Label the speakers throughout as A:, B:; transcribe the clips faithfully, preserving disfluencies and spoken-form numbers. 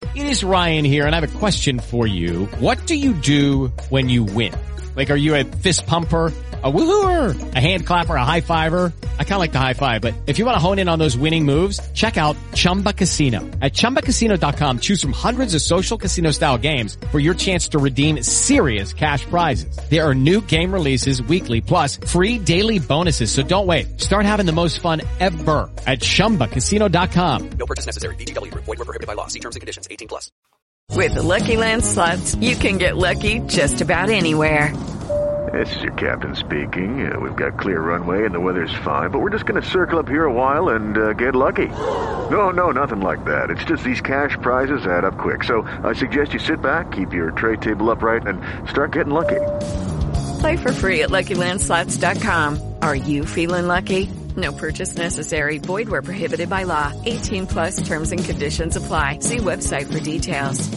A: It is Ryan here, and I have a question for you. What do you do when you win? Like, are you a fist pumper, a woohooer, a hand clapper, a high fiver? I kind of like the high five, but if you want to hone in on those winning moves, check out Chumba Casino. At chumba casino dot com, choose from hundreds of social casino style games for your chance to redeem serious cash prizes. There are new game releases weekly, plus free daily bonuses. So don't wait. Start having the most fun ever at chumba casino dot com.
B: No purchase necessary. V G W Group. Void where prohibited by law. See terms and conditions. eighteen plus.
C: With the Lucky Land Slots, you can get lucky just about anywhere.
D: This is your captain speaking. Uh, we've got clear runway and the weather's fine, but we're just going to circle up here a while and uh, get lucky. No, no, nothing like that. It's just these cash prizes add up quick. So I suggest you sit back, keep your tray table upright, and start getting lucky.
C: Play for free at lucky land slots dot com. Are you feeling lucky? No purchase necessary. Void where prohibited by law. eighteen plus terms and conditions apply. See website for details.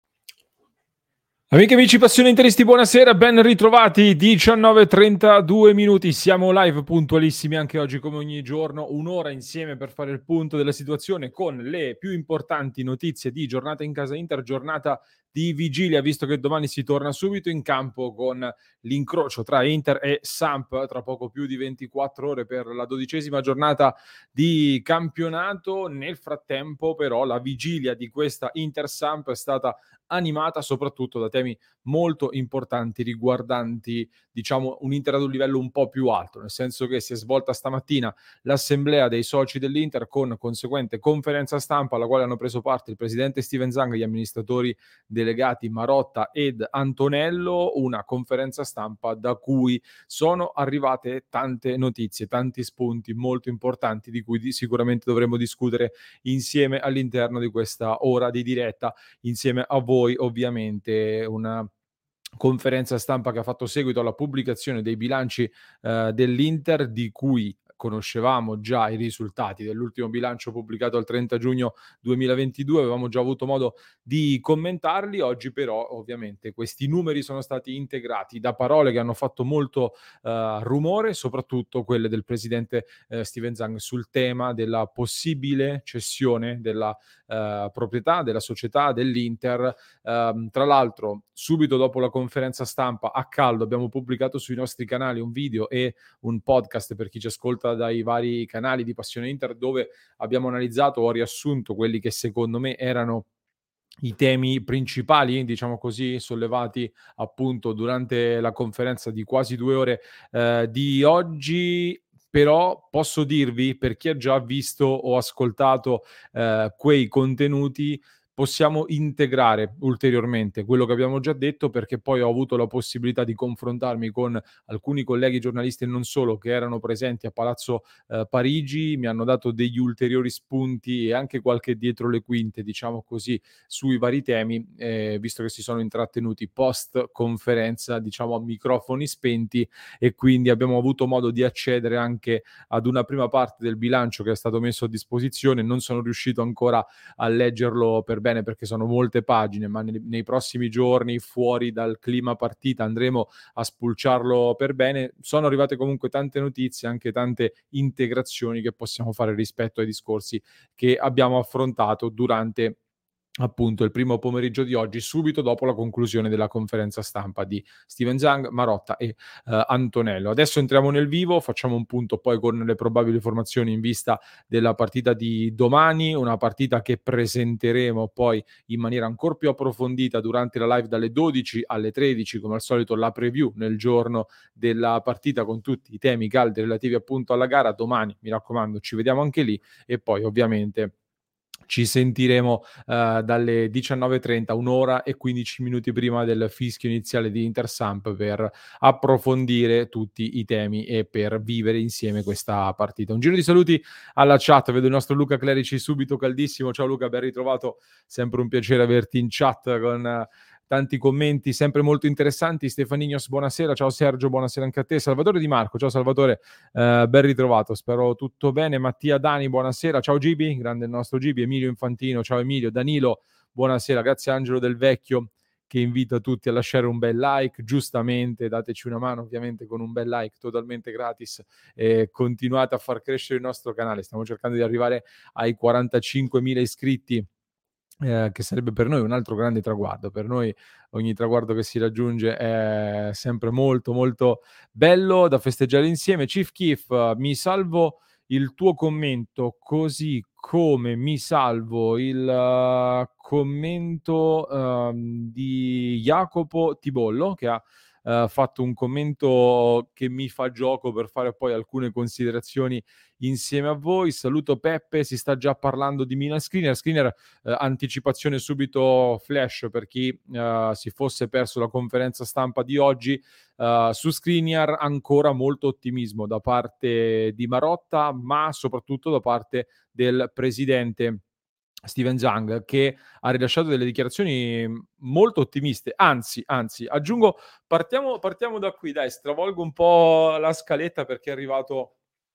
E: Amiche, amici, passioni interisti, buonasera, ben ritrovati, diciannove e trentadue minuti, siamo live puntualissimi anche oggi come ogni giorno, un'ora insieme per fare il punto della situazione con le più importanti notizie di giornata in casa Inter, giornata di vigilia, visto che domani si torna subito in campo con l'incrocio tra Inter e Samp tra poco più di ventiquattro ore per la dodicesima giornata di campionato. Nel frattempo però la vigilia di questa Inter-Samp è stata animata soprattutto da temi molto importanti riguardanti, diciamo, un Inter ad un livello un po' più alto, nel senso che si è svolta stamattina l'assemblea dei soci dell'Inter con conseguente conferenza stampa alla quale hanno preso parte il presidente Steven Zang, gli amministratori delegati Marotta ed Antonello, una conferenza stampa da cui sono arrivate tante notizie, tanti spunti molto importanti di cui di, sicuramente dovremo discutere insieme all'interno di questa ora di diretta, insieme a voi ovviamente. Una conferenza stampa che ha fatto seguito alla pubblicazione dei bilanci eh, dell'Inter, di cui conoscevamo già i risultati dell'ultimo bilancio pubblicato il trenta giugno duemilaventidue, avevamo già avuto modo di commentarli. Oggi però ovviamente questi numeri sono stati integrati da parole che hanno fatto molto uh, rumore, soprattutto quelle del presidente uh, Steven Zang sul tema della possibile cessione della uh, proprietà della società dell'Inter. Uh, tra l'altro subito dopo la conferenza stampa a caldo abbiamo pubblicato sui nostri canali un video e un podcast per chi ci ascolta dai vari canali di Passione Inter, dove abbiamo analizzato o riassunto quelli che secondo me erano i temi principali, diciamo così, sollevati appunto durante la conferenza di quasi due ore eh, di oggi. Però posso dirvi, per chi ha già visto o ascoltato eh, quei contenuti, possiamo integrare ulteriormente quello che abbiamo già detto, perché poi ho avuto la possibilità di confrontarmi con alcuni colleghi giornalisti e non solo che erano presenti a Palazzo eh, Parigi, mi hanno dato degli ulteriori spunti e anche qualche dietro le quinte, diciamo così, sui vari temi, eh, visto che si sono intrattenuti post conferenza, diciamo a microfoni spenti, e quindi abbiamo avuto modo di accedere anche ad una prima parte del bilancio che è stato messo a disposizione. Non sono riuscito ancora a leggerlo per bene perché sono molte pagine, ma nei, nei prossimi giorni, fuori dal clima partita, andremo a spulciarlo per bene. Sono arrivate comunque tante notizie, anche tante integrazioni che possiamo fare rispetto ai discorsi che abbiamo affrontato durante appunto il primo pomeriggio di oggi, subito dopo la conclusione della conferenza stampa di Steven Zang, Marotta e uh, Antonello. Adesso entriamo nel vivo, facciamo un punto poi con le probabili formazioni in vista della partita di domani, una partita che presenteremo poi in maniera ancora più approfondita durante la live dalle dodici alle tredici, come al solito la preview nel giorno della partita con tutti i temi caldi relativi appunto alla gara. Domani, mi raccomando, ci vediamo anche lì, e poi ovviamente ci sentiremo uh, dalle diciannove e trenta, un'ora e quindici minuti prima del fischio iniziale di Inter-Samp, per approfondire tutti i temi e per vivere insieme questa partita. Un giro di saluti alla chat, vedo il nostro Luca Clerici subito caldissimo. Ciao Luca, ben ritrovato, sempre un piacere averti in chat con uh, tanti commenti sempre molto interessanti. Stefanignos, buonasera. Ciao Sergio, buonasera anche a te. Salvatore Di Marco, ciao Salvatore, eh, ben ritrovato, spero tutto bene. Mattia Dani, buonasera. Ciao Gibi, grande il nostro Gibi. Emilio Infantino, ciao Emilio. Danilo, buonasera. Grazie Angelo Del Vecchio, che invita tutti a lasciare un bel like. Giustamente, dateci una mano ovviamente con un bel like totalmente gratis, e continuate a far crescere il nostro canale. Stiamo cercando di arrivare ai quarantacinquemila iscritti eh, che sarebbe per noi un altro grande traguardo. Per noi ogni traguardo che si raggiunge è sempre molto molto bello da festeggiare insieme. Chief Keef, mi salvo il tuo commento, così come mi salvo il uh, commento um, di Jacopo Tibollo, che ha uh, fatto un commento che mi fa gioco per fare poi alcune considerazioni insieme a voi. Saluto Peppe, si sta già parlando di Milan Skriniar. Skriniar, eh, anticipazione subito flash per chi uh, si fosse perso la conferenza stampa di oggi. Uh, su Skriniar ancora molto ottimismo da parte di Marotta, ma soprattutto da parte del presidente Steven Zhang, che ha rilasciato delle dichiarazioni molto ottimiste. Anzi, anzi, aggiungo, partiamo, partiamo da qui, dai, stravolgo un po' la scaletta perché è arrivato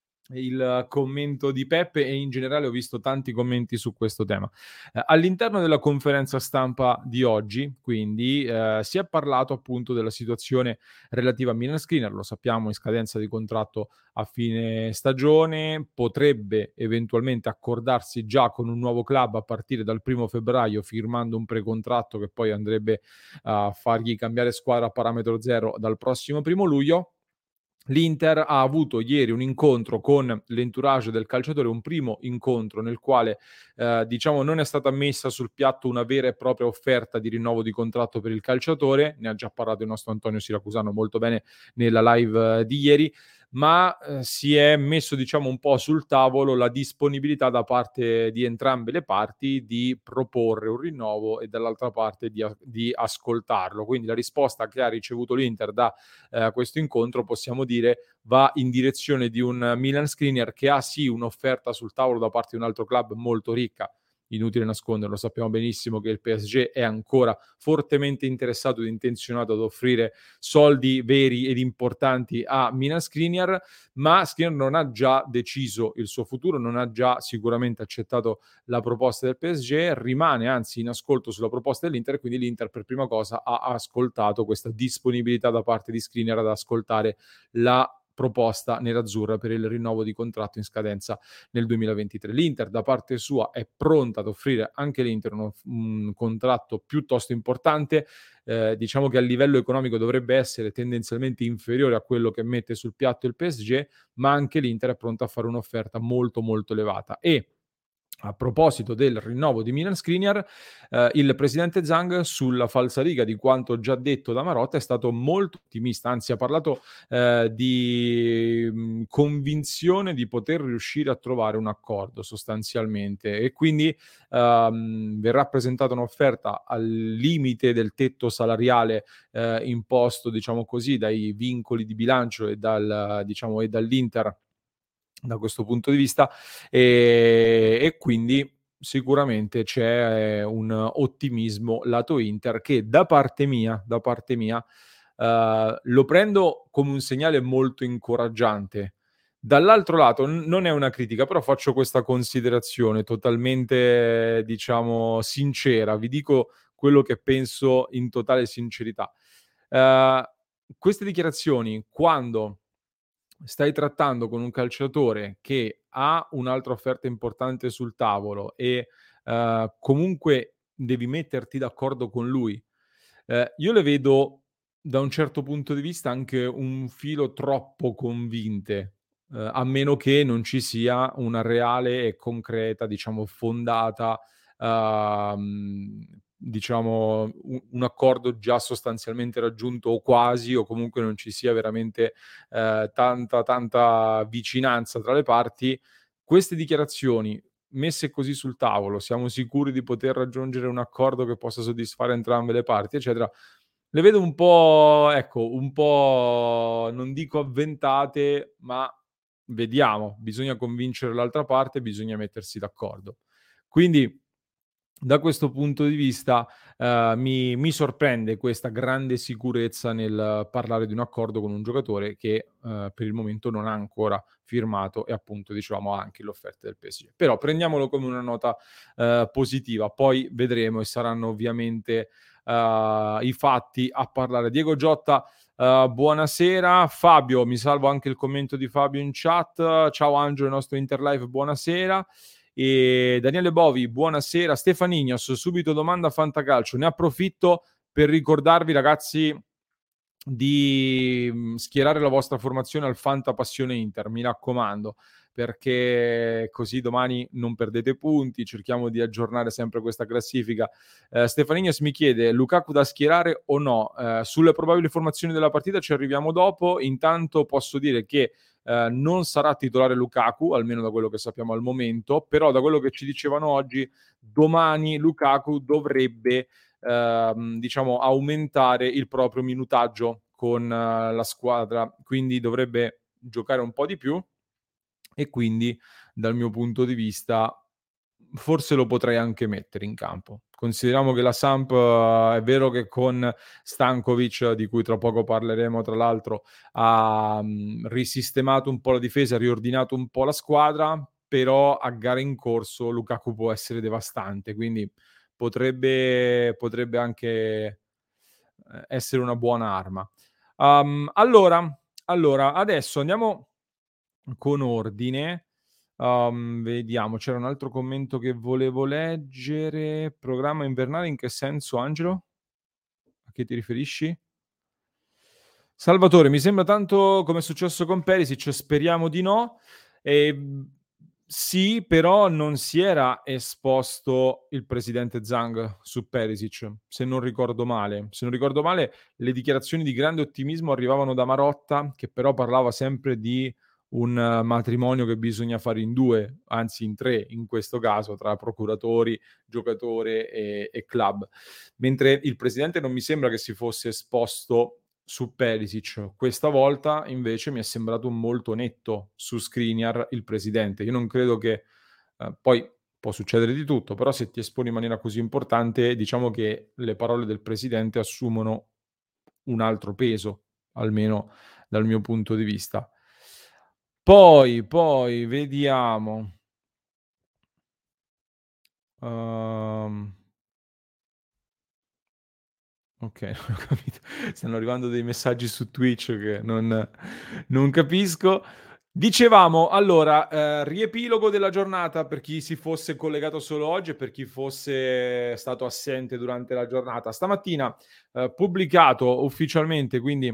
E: il commento di Peppe e in generale ho visto tanti commenti su questo tema. Eh, all'interno della conferenza stampa di oggi, quindi, eh, si è parlato appunto della situazione relativa a Milan Skriniar, lo sappiamo, in scadenza di contratto a fine stagione, potrebbe eventualmente accordarsi già con un nuovo club a partire dal primo febbraio, firmando un precontratto che poi andrebbe a fargli cambiare squadra a parametro zero dal prossimo primo luglio. L'Inter ha avuto ieri un incontro con l'entourage del calciatore, un primo incontro nel quale eh, diciamo non è stata messa sul piatto una vera e propria offerta di rinnovo di contratto per il calciatore, ne ha già parlato il nostro Antonio Siracusano molto bene nella live eh, di ieri, ma eh, si è messo diciamo un po' sul tavolo la disponibilità da parte di entrambe le parti di proporre un rinnovo e dall'altra parte di, di ascoltarlo. Quindi la risposta che ha ricevuto l'Inter da eh, questo incontro, possiamo dire, va in direzione di un Milan Skriniar che ha sì un'offerta sul tavolo da parte di un altro club molto ricca. Inutile nasconderlo, sappiamo benissimo che il P S G è ancora fortemente interessato ed intenzionato ad offrire soldi veri ed importanti a Milan Skriniar, ma Skriniar non ha già deciso il suo futuro, non ha già sicuramente accettato la proposta del P S G, rimane anzi in ascolto sulla proposta dell'Inter, quindi l'Inter per prima cosa ha ascoltato questa disponibilità da parte di Skriniar ad ascoltare la proposta nerazzurra per il rinnovo di contratto in scadenza nel duemilaventitré. L'Inter da parte sua è pronta ad offrire anche l'Inter uno, un contratto piuttosto importante, eh, diciamo che a livello economico dovrebbe essere tendenzialmente inferiore a quello che mette sul piatto il P S G, ma anche l'Inter è pronta a fare un'offerta molto molto elevata. E a proposito del rinnovo di Milan Skriniar, eh, il presidente Zhang, sulla falsariga di quanto già detto da Marotta, è stato molto ottimista, anzi ha parlato eh, di mh, convinzione di poter riuscire a trovare un accordo sostanzialmente, e quindi ehm, verrà presentata un'offerta al limite del tetto salariale eh, imposto, diciamo così, dai vincoli di bilancio e, dal, diciamo, e dall'Inter da questo punto di vista, e, e quindi sicuramente c'è un ottimismo lato Inter che da parte mia, da parte mia uh, lo prendo come un segnale molto incoraggiante. Dall'altro lato n- non è una critica, però faccio questa considerazione totalmente, diciamo, sincera, vi dico quello che penso in totale sincerità. Uh, queste dichiarazioni, quando stai trattando con un calciatore che ha un'altra offerta importante sul tavolo e uh, comunque devi metterti d'accordo con lui, uh, io le vedo da un certo punto di vista anche un filo troppo convinte, uh, a meno che non ci sia una reale e concreta, diciamo, fondata uh, diciamo un, un accordo già sostanzialmente raggiunto o quasi, o comunque non ci sia veramente eh, tanta tanta vicinanza tra le parti. Queste dichiarazioni messe così sul tavolo, siamo sicuri di poter raggiungere un accordo che possa soddisfare entrambe le parti, eccetera, le vedo un po', ecco, un po', non dico avventate, ma vediamo, bisogna convincere l'altra parte, bisogna mettersi d'accordo. Quindi da questo punto di vista uh, mi, mi sorprende questa grande sicurezza nel parlare di un accordo con un giocatore che uh, per il momento non ha ancora firmato e appunto dicevamo anche l'offerta del P S G. Però prendiamolo come una nota uh, positiva, poi vedremo e saranno ovviamente uh, i fatti a parlare. Diego Giotta, uh, buonasera. Fabio, mi salvo anche il commento di Fabio in chat. Ciao Angelo, il nostro Interlive, buonasera. E Daniele Bovi, buonasera. Stefanignos, subito domanda Fantacalcio. Ne approfitto per ricordarvi, ragazzi, di schierare la vostra formazione al Fanta Passione Inter, mi raccomando, perché così domani non perdete punti. Cerchiamo di aggiornare sempre questa classifica. eh, Stefanignos mi chiede: Lukaku da schierare o no? Eh, sulle probabili formazioni della partita ci arriviamo dopo. Intanto posso dire che eh, non sarà titolare Lukaku, almeno da quello che sappiamo al momento, però da quello che ci dicevano oggi, domani Lukaku dovrebbe Ehm, diciamo aumentare il proprio minutaggio con uh, la squadra, quindi dovrebbe giocare un po' di più e quindi dal mio punto di vista forse lo potrei anche mettere in campo. Consideriamo che la Samp uh, è vero che con Stankovic, di cui tra poco parleremo tra l'altro, ha um, risistemato un po' la difesa, ha riordinato un po' la squadra, però a gare in corso Lukaku può essere devastante, quindi potrebbe, potrebbe anche essere una buona arma. Um, allora, allora, adesso andiamo con ordine. Um, vediamo, c'era un altro commento che volevo leggere. Programma invernale in che senso, Angelo? A che ti riferisci? Salvatore, mi sembra tanto come è successo con Perisic, speriamo di no. E, sì, però non si era esposto il presidente Zhang su Perisic, se non ricordo male. Se non ricordo male, le dichiarazioni di grande ottimismo arrivavano da Marotta, che però parlava sempre di un uh, matrimonio che bisogna fare in due, anzi in tre in questo caso, tra procuratori, giocatore e, e club. Mentre il presidente non mi sembra che si fosse esposto su Perisic. Questa volta invece mi è sembrato molto netto su Skriniar il presidente. Io non credo che eh, poi può succedere di tutto, però se ti esponi in maniera così importante, diciamo che le parole del presidente assumono un altro peso, almeno dal mio punto di vista. Poi, poi vediamo. Um... Ok, non ho capito. Stanno arrivando dei messaggi su Twitch che non, non capisco. Dicevamo, allora, eh, riepilogo della giornata per chi si fosse collegato solo oggi e per chi fosse stato assente durante la giornata. Stamattina eh, pubblicato ufficialmente, quindi...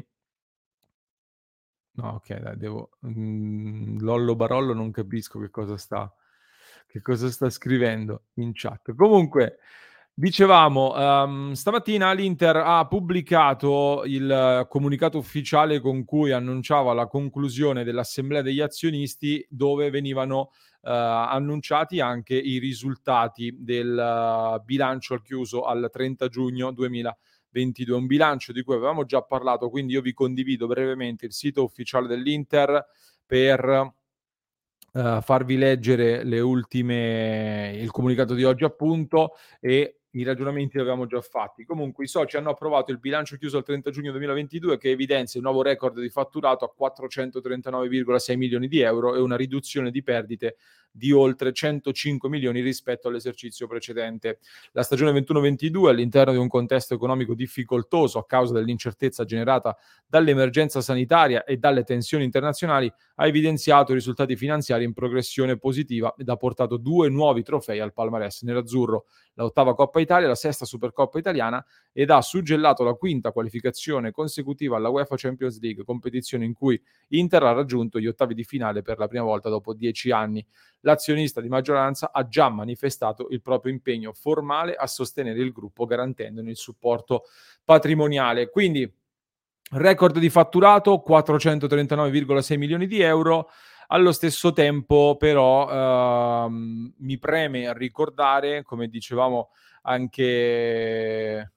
E: No, ok, dai, devo... Mm, Lollo Barollo non capisco che cosa sta, che cosa sta scrivendo in chat. Comunque... Dicevamo, um, stamattina l'Inter ha pubblicato il comunicato ufficiale con cui annunciava la conclusione dell'assemblea degli azionisti, dove venivano uh, annunciati anche i risultati del uh, bilancio al chiuso al trenta giugno duemilaventidue, un bilancio di cui avevamo già parlato, quindi io vi condivido brevemente il sito ufficiale dell'Inter per uh, farvi leggere le ultime, il comunicato di oggi appunto, e i ragionamenti li avevamo già fatti. Comunque i soci hanno approvato il bilancio chiuso al trenta giugno duemilaventidue, che evidenzia un nuovo record di fatturato a quattrocentotrentanove virgola sei milioni di euro e una riduzione di perdite di oltre centocinque milioni rispetto all'esercizio precedente. La stagione ventuno ventidue, all'interno di un contesto economico difficoltoso a causa dell'incertezza generata dall'emergenza sanitaria e dalle tensioni internazionali, ha evidenziato i risultati finanziari in progressione positiva ed ha portato due nuovi trofei al palmarès nerazzurro: la ottava Coppa Italia, la sesta Supercoppa italiana, ed ha suggellato la quinta qualificazione consecutiva alla UEFA Champions League, competizione in cui Inter ha raggiunto gli ottavi di finale per la prima volta dopo dieci anni. L'azionista di maggioranza ha già manifestato il proprio impegno formale a sostenere il gruppo, garantendone il supporto patrimoniale. Quindi record di fatturato quattrocentotrentanove virgola sei milioni di euro. Allo stesso tempo, però, ehm, mi preme ricordare, come dicevamo anche...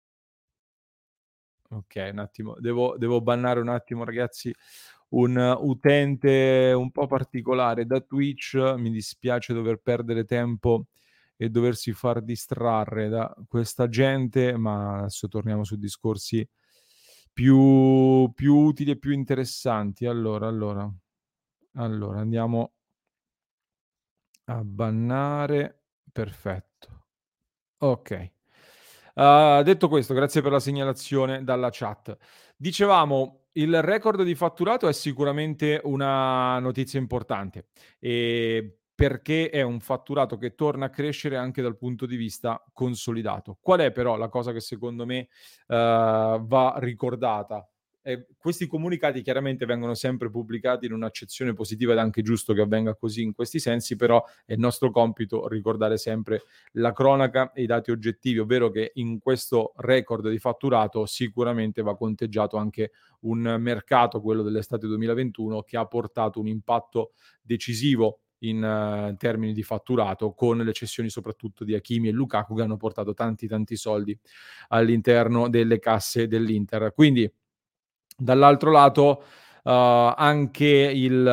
E: Ok, un attimo, devo, devo bannare un attimo, ragazzi, un utente un po' particolare da Twitch. Mi dispiace dover perdere tempo e doversi far distrarre da questa gente, ma adesso torniamo su discorsi più, più utili e più interessanti. Allora, allora... Allora, andiamo a bannare. Perfetto. Ok. Uh, detto questo, grazie per la segnalazione dalla chat. Dicevamo, il record di fatturato è sicuramente una notizia importante, e perché è un fatturato che torna a crescere anche dal punto di vista consolidato. Qual è però la cosa che secondo me uh, va ricordata? Eh, questi comunicati chiaramente vengono sempre pubblicati in un'accezione positiva ed è anche giusto che avvenga così in questi sensi, però è il nostro compito ricordare sempre la cronaca e i dati oggettivi, ovvero che in questo record di fatturato sicuramente va conteggiato anche un mercato, quello dell'estate duemilaventuno, che ha portato un impatto decisivo in uh, termini di fatturato, con le cessioni soprattutto di Hakimi e Lukaku che hanno portato tanti tanti soldi all'interno delle casse dell'Inter. Quindi dall'altro lato uh, anche il,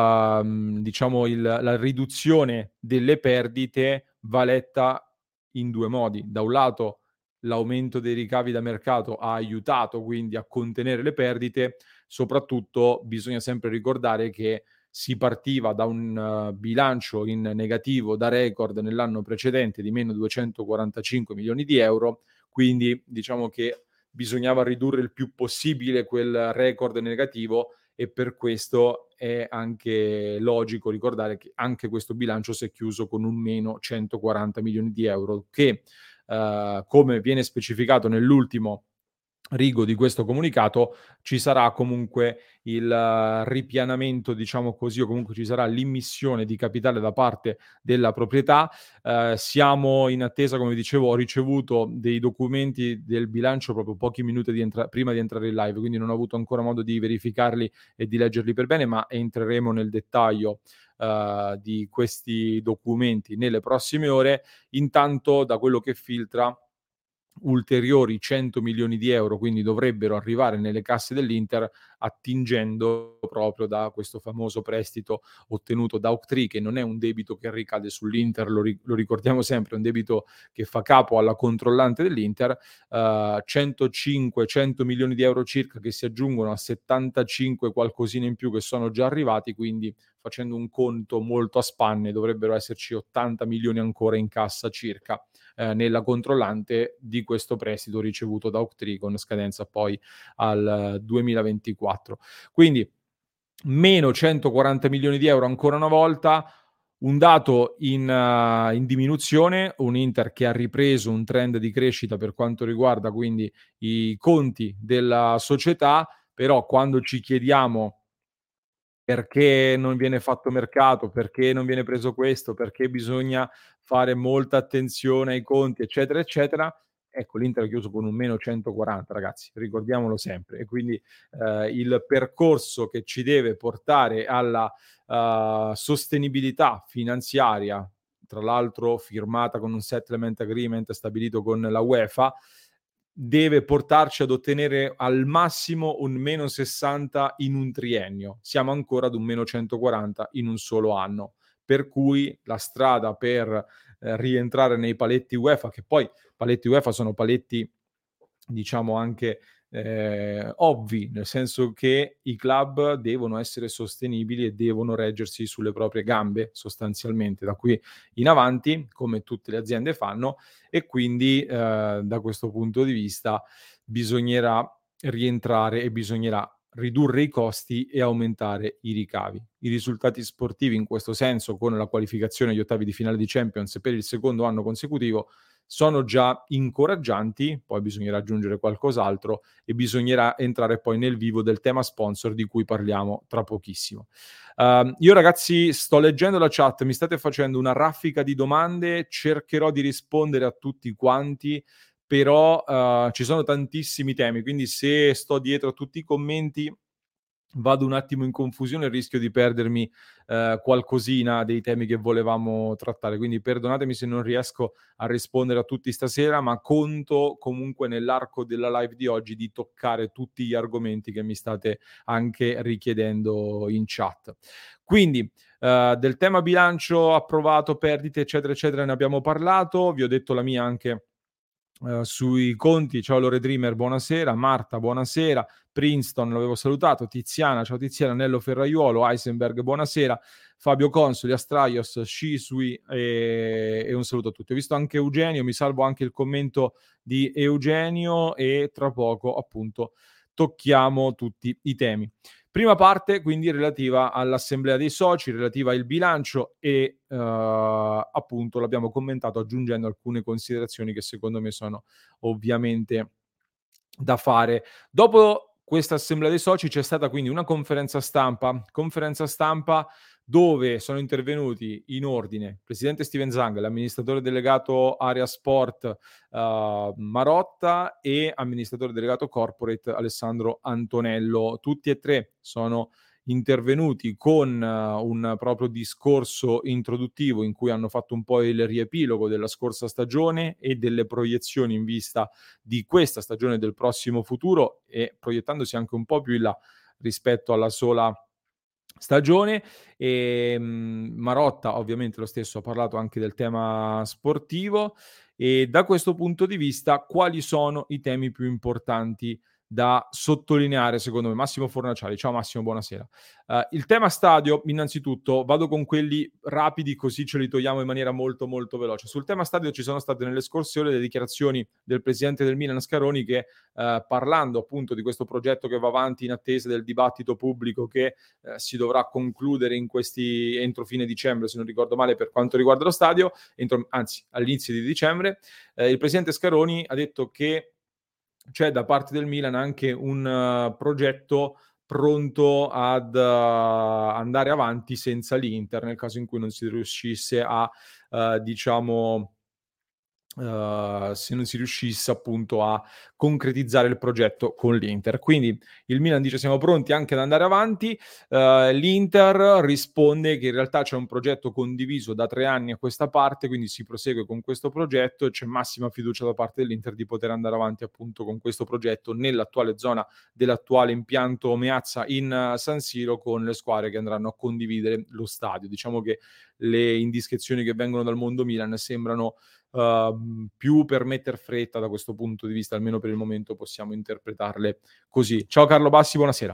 E: uh, diciamo il, la riduzione delle perdite va letta in due modi. Da un lato l'aumento dei ricavi da mercato ha aiutato quindi a contenere le perdite, soprattutto bisogna sempre ricordare che si partiva da un uh, bilancio in negativo da record nell'anno precedente di meno duecentoquarantacinque milioni di euro, quindi diciamo che bisognava ridurre il più possibile quel record negativo e per questo è anche logico ricordare che anche questo bilancio si è chiuso con un meno centoquaranta milioni di euro che, uh, come viene specificato nell'ultimo rigo di questo comunicato, ci sarà comunque il uh, ripianamento, diciamo così, o comunque ci sarà l'immissione di capitale da parte della proprietà. Uh, siamo in attesa, come dicevo, ho ricevuto dei documenti del bilancio proprio pochi minuti di entra- prima di entrare in live, quindi non ho avuto ancora modo di verificarli e di leggerli per bene, ma entreremo nel dettaglio uh, di questi documenti nelle prossime ore. Intanto, da quello che filtra, ulteriori cento milioni di euro quindi dovrebbero arrivare nelle casse dell'Inter, attingendo proprio da questo famoso prestito ottenuto da Oaktree, che non è un debito che ricade sull'Inter, lo, ri- lo ricordiamo sempre, è un debito che fa capo alla controllante dell'Inter, uh, centocinque cento milioni di euro circa che si aggiungono a settantacinque qualcosina in più che sono già arrivati, quindi facendo un conto molto a spanne dovrebbero esserci ottanta milioni ancora in cassa circa eh, nella controllante di questo prestito ricevuto da Oaktree con scadenza poi al duemilaventiquattro. Quindi meno centoquaranta milioni di euro ancora una volta, un dato in, uh, in diminuzione, un Inter che ha ripreso un trend di crescita per quanto riguarda quindi i conti della società, però quando ci chiediamo perché non viene fatto mercato, perché non viene preso questo, perché bisogna fare molta attenzione ai conti, eccetera, eccetera. Ecco, l'Inter ha chiuso con un meno centoquaranta, ragazzi, ricordiamolo sempre. E quindi eh, il percorso che ci deve portare alla uh, sostenibilità finanziaria, tra l'altro firmata con un settlement agreement stabilito con la UEFA, deve portarci ad ottenere al massimo un meno sessanta in un triennio. Siamo ancora ad un meno centoquaranta in un solo anno, per cui la strada per eh, rientrare nei paletti UEFA, che poi paletti UEFA sono paletti diciamo anche eh, ovvi, nel senso che i club devono essere sostenibili e devono reggersi sulle proprie gambe sostanzialmente da qui in avanti, come tutte le aziende fanno, e quindi eh, da questo punto di vista bisognerà rientrare e bisognerà ridurre i costi e aumentare i ricavi. I risultati sportivi in questo senso, con la qualificazione agli ottavi di finale di Champions per il secondo anno consecutivo, sono già incoraggianti, poi bisognerà aggiungere qualcos'altro e bisognerà entrare poi nel vivo del tema sponsor di cui parliamo tra pochissimo. Uh, io ragazzi sto leggendo la chat, mi state facendo una raffica di domande, cercherò di rispondere a tutti quanti, però uh, ci sono tantissimi temi, quindi se sto dietro a tutti i commenti vado un attimo in confusione e rischio di perdermi eh, qualcosina dei temi che volevamo trattare, quindi perdonatemi se non riesco a rispondere a tutti stasera, ma conto comunque nell'arco della live di oggi di toccare tutti gli argomenti che mi state anche richiedendo in chat. Quindi eh, del tema bilancio approvato, perdite eccetera eccetera ne abbiamo parlato, vi ho detto la mia anche Uh, sui conti. Ciao Lore Dreamer, buonasera. Marta, buonasera. Princeton, l'avevo salutato. Tiziana, ciao Tiziana. Nello Ferraiuolo, Heisenberg, buonasera. Fabio Consoli, Astraios, Scisui e, e un saluto a tutti. Ho visto anche Eugenio, mi salvo anche il commento di Eugenio e tra poco appunto tocchiamo tutti i temi. Prima parte quindi relativa all'assemblea dei soci, relativa al bilancio e uh, appunto l'abbiamo commentato aggiungendo alcune considerazioni che secondo me sono ovviamente da fare. Dopo questa assemblea dei soci c'è stata quindi una conferenza stampa, conferenza stampa dove sono intervenuti in ordine il presidente Steven Zang, l'amministratore delegato area sport uh, Marotta e amministratore delegato corporate Alessandro Antonello. Tutti e tre sono intervenuti con uh, un proprio discorso introduttivo in cui hanno fatto un po' il riepilogo della scorsa stagione e delle proiezioni in vista di questa stagione del prossimo futuro e proiettandosi anche un po' più in là rispetto alla sola stagione. E um, Marotta ovviamente lo stesso ha parlato anche del tema sportivo e da questo punto di vista quali sono i temi più importanti da sottolineare secondo me. Massimo Fornaciari, ciao Massimo, buonasera. Uh, il tema stadio, innanzitutto vado con quelli rapidi così ce li togliamo in maniera molto molto veloce. Sul tema stadio ci sono state nelle scorse ore le dichiarazioni del presidente del Milan Scaroni che uh, parlando appunto di questo progetto che va avanti in attesa del dibattito pubblico che uh, si dovrà concludere in questi entro fine dicembre, se non ricordo male, per quanto riguarda lo stadio, entro, anzi all'inizio di dicembre, uh, il presidente Scaroni ha detto che c'è da parte del Milan anche un uh, progetto pronto ad uh, andare avanti senza l'Inter nel caso in cui non si riuscisse a uh, diciamo Uh, se non si riuscisse appunto a concretizzare il progetto con l'Inter. Quindi il Milan dice siamo pronti anche ad andare avanti, uh, l'Inter risponde che in realtà c'è un progetto condiviso da tre anni a questa parte, quindi si prosegue con questo progetto e c'è massima fiducia da parte dell'Inter di poter andare avanti appunto con questo progetto nell'attuale zona dell'attuale impianto Meazza in uh, San Siro con le squadre che andranno a condividere lo stadio. Diciamo che le indiscrezioni che vengono dal mondo Milan sembrano Uh, più per metter fretta da questo punto di vista, almeno per il momento possiamo interpretarle così. Ciao Carlo Bassi, buonasera.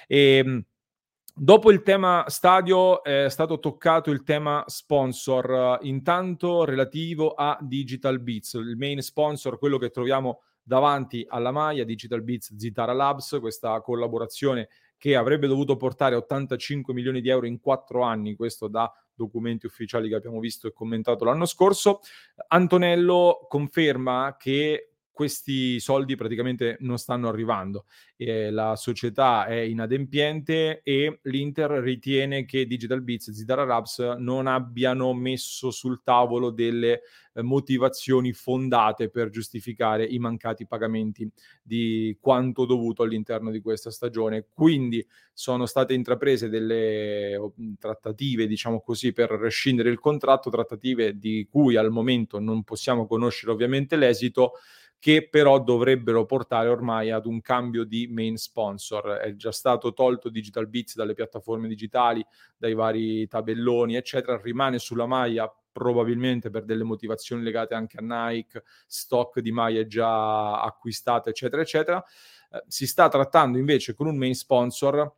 E: E, dopo il tema stadio è stato toccato il tema sponsor, uh, intanto relativo a Digital Beats, il main sponsor, quello che troviamo davanti alla maglia, Digital Beats Zitara Labs, questa collaborazione che avrebbe dovuto portare ottantacinque milioni di euro in quattro anni, questo da documenti ufficiali che abbiamo visto e commentato l'anno scorso. Antonello conferma che questi soldi praticamente non stanno arrivando, eh, la società è inadempiente e l'Inter ritiene che Digital Beats e Zitara Labs non abbiano messo sul tavolo delle eh, motivazioni fondate per giustificare i mancati pagamenti di quanto dovuto all'interno di questa stagione. Quindi sono state intraprese delle trattative, diciamo così, per rescindere il contratto, trattative di cui al momento non possiamo conoscere ovviamente l'esito, che però dovrebbero portare ormai ad un cambio di main sponsor. È già stato tolto Digital Beats dalle piattaforme digitali, dai vari tabelloni, eccetera, rimane sulla maglia probabilmente per delle motivazioni legate anche a Nike, stock di maglie già acquistate, eccetera, eccetera. Eh, si sta trattando invece con un main sponsor.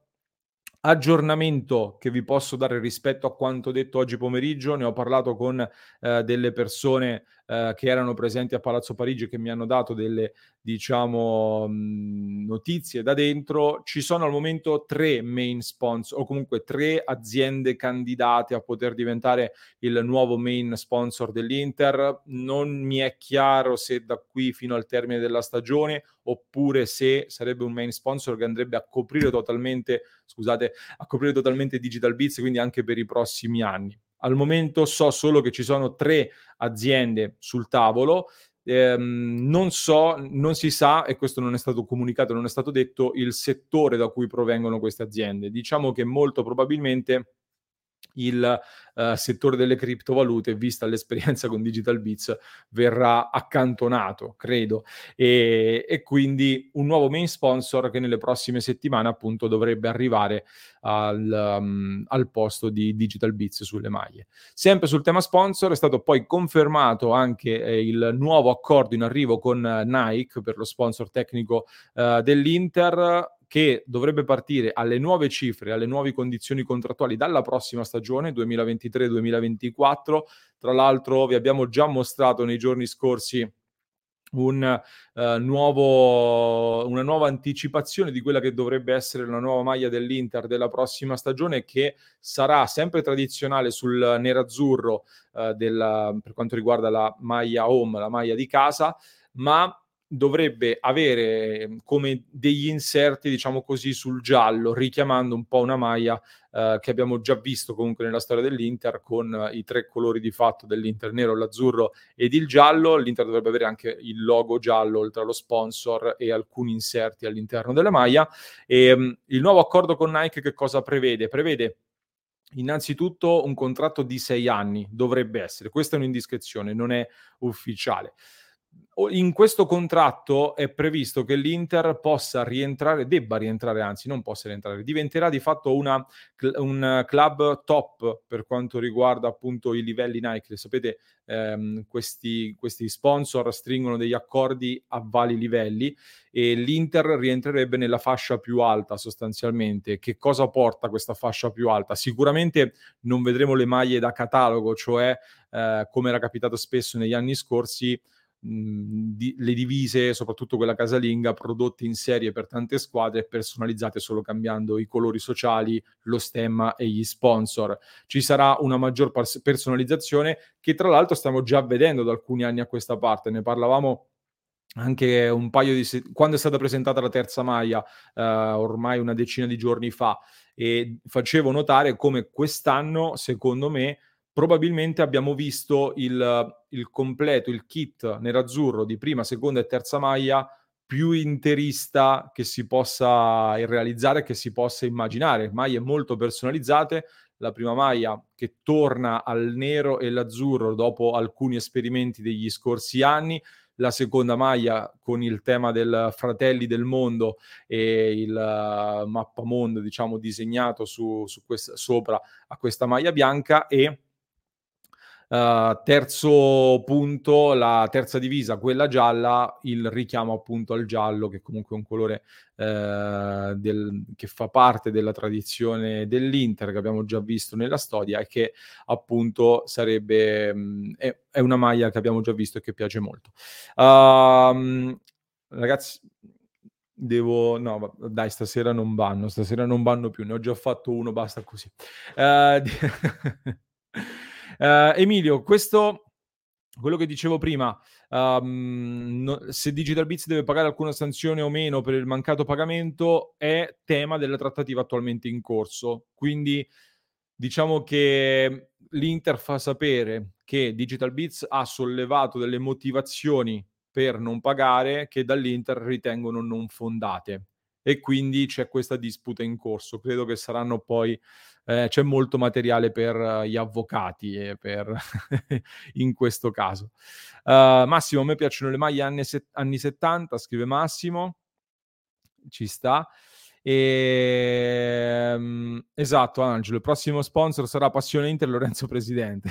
E: Aggiornamento che vi posso dare rispetto a quanto detto oggi pomeriggio, ne ho parlato con eh, delle persone eh, che erano presenti a Palazzo Parigi e che mi hanno dato delle, diciamo, mh, notizie da dentro. Ci sono al momento tre main sponsor, o comunque tre aziende candidate a poter diventare il nuovo main sponsor dell'Inter. Non mi è chiaro se da qui fino al termine della stagione oppure se sarebbe un main sponsor che andrebbe a coprire totalmente, scusate, a coprire totalmente Digital Beats, quindi anche per i prossimi anni. Al momento so solo che ci sono tre aziende sul tavolo, ehm, non so, non si sa, e questo non è stato comunicato, non è stato detto, il settore da cui provengono queste aziende. Diciamo che molto probabilmente il uh, settore delle criptovalute, vista l'esperienza con Digital Beats, verrà accantonato, credo, e, e quindi un nuovo main sponsor che nelle prossime settimane appunto dovrebbe arrivare al, um, al posto di Digital Beats sulle maglie. Sempre sul tema sponsor è stato poi confermato anche eh, il nuovo accordo in arrivo con uh, Nike per lo sponsor tecnico uh, dell'Inter, che dovrebbe partire alle nuove cifre, alle nuove condizioni contrattuali dalla prossima stagione duemilaventitré duemilaventiquattro. Tra l'altro vi abbiamo già mostrato nei giorni scorsi un uh, nuovo, una nuova anticipazione di quella che dovrebbe essere la nuova maglia dell'Inter della prossima stagione, che sarà sempre tradizionale sul nerazzurro uh, della, per quanto riguarda la maglia home, la maglia di casa, ma dovrebbe avere come degli inserti, diciamo così, sul giallo, richiamando un po' una maglia eh, che abbiamo già visto comunque nella storia dell'Inter, con eh, i tre colori di fatto dell'Inter, nero, l'azzurro ed il giallo. L'Inter dovrebbe avere anche il logo giallo oltre allo sponsor e alcuni inserti all'interno della maglia. E mh, il nuovo accordo con Nike che cosa prevede? Prevede innanzitutto un contratto di sei anni, dovrebbe essere, questa è un'indiscrezione, non è ufficiale. In questo contratto è previsto che l'Inter possa rientrare, debba rientrare, anzi non possa rientrare, diventerà di fatto una, un club top per quanto riguarda appunto i livelli Nike. Sapete, ehm, questi, questi sponsor stringono degli accordi a vari livelli e l'Inter rientrerebbe nella fascia più alta sostanzialmente. Che cosa porta questa fascia più alta? Sicuramente non vedremo le maglie da catalogo, cioè eh, come era capitato spesso negli anni scorsi, Di, le divise, soprattutto quella casalinga, prodotte in serie per tante squadre, personalizzate solo cambiando i colori sociali, lo stemma e gli sponsor. Ci sarà una maggior pers- personalizzazione che tra l'altro stiamo già vedendo da alcuni anni a questa parte. Ne parlavamo anche un paio di se- quando è stata presentata la terza maglia, eh, ormai una decina di giorni fa, e facevo notare come quest'anno, secondo me, probabilmente abbiamo visto il, il completo, il kit nerazzurro di prima, seconda e terza maglia più interista che si possa realizzare, che si possa immaginare. Maglie molto personalizzate, la prima maglia che torna al nero e l'azzurro dopo alcuni esperimenti degli scorsi anni, la seconda maglia con il tema del Fratelli del Mondo e il uh, mappamondo, diciamo, disegnato su, su questa, sopra a questa maglia bianca, e Uh, terzo punto, la terza divisa, quella gialla, il richiamo appunto al giallo, che comunque è un colore uh, del, che fa parte della tradizione dell'Inter, che abbiamo già visto nella storia e che appunto sarebbe mh, è, è una maglia che abbiamo già visto e che piace molto. Uh, ragazzi, devo no dai, stasera non vanno stasera non vanno più, ne ho già fatto uno, basta così. Uh, Uh, Emilio, questo, quello che dicevo prima, um, no, se Digital Bits deve pagare alcuna sanzione o meno per il mancato pagamento, è tema della trattativa attualmente in corso. Quindi diciamo che l'Inter fa sapere che Digital Bits ha sollevato delle motivazioni per non pagare che dall'Inter ritengono non fondate, e quindi c'è questa disputa in corso. Credo che saranno poi eh, c'è molto materiale per uh, gli avvocati e per in questo caso. Uh, Massimo, a me piacciono le maglie anni, set- anni settanta, scrive Massimo, ci sta. E... Um, esatto, Angelo, il prossimo sponsor sarà Passione Inter, Lorenzo Presidente.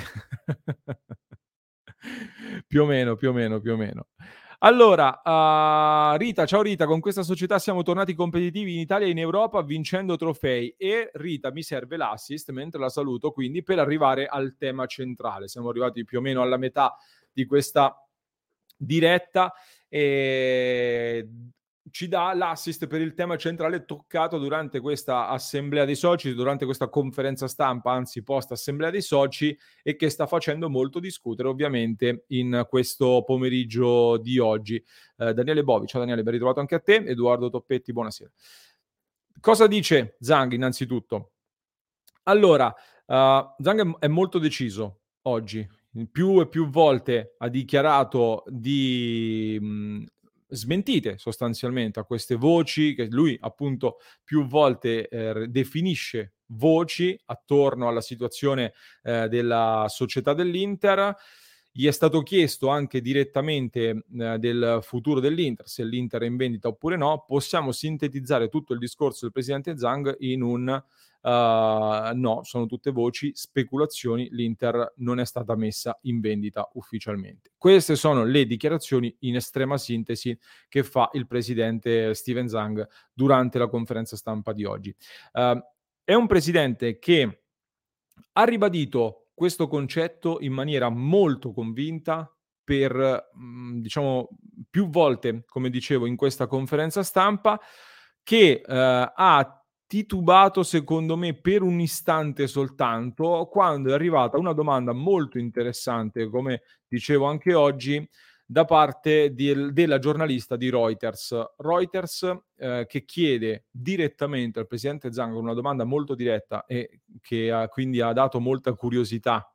E: più o meno, più o meno, più o meno. Allora, uh, Rita, ciao Rita, con questa società siamo tornati competitivi in Italia e in Europa vincendo trofei, e Rita mi serve l'assist mentre la saluto, quindi, per arrivare al tema centrale. Siamo arrivati più o meno alla metà di questa diretta e ci dà l'assist per il tema centrale toccato durante questa assemblea dei soci, durante questa conferenza stampa, anzi post assemblea dei soci, e che sta facendo molto discutere ovviamente in questo pomeriggio di oggi. Eh, Daniele Bovi, ciao Daniele, ben ritrovato anche a te. Edoardo Toppetti, buonasera. Cosa dice Zhang innanzitutto? Allora, uh, Zhang è molto deciso oggi, più e più volte ha dichiarato di mh, smentite sostanzialmente a queste voci che lui appunto più volte eh, definisce voci attorno alla situazione eh, della società dell'Inter. Gli è stato chiesto anche direttamente eh, del futuro dell'Inter, se l'Inter è in vendita oppure no. Possiamo sintetizzare tutto il discorso del presidente Zhang in un Uh, no, sono tutte voci, speculazioni, l'Inter non è stata messa in vendita ufficialmente. Queste sono le dichiarazioni in estrema sintesi che fa il presidente Steven Zhang durante la conferenza stampa di oggi. Uh, è un presidente che ha ribadito questo concetto in maniera molto convinta per, mh, diciamo, più volte, come dicevo, in questa conferenza stampa, che eh, ha titubato secondo me per un istante soltanto quando è arrivata una domanda molto interessante, come dicevo anche oggi, da parte di, della giornalista di Reuters. Reuters eh, che chiede direttamente al presidente Zhang una domanda molto diretta e che ha, quindi ha dato molta curiosità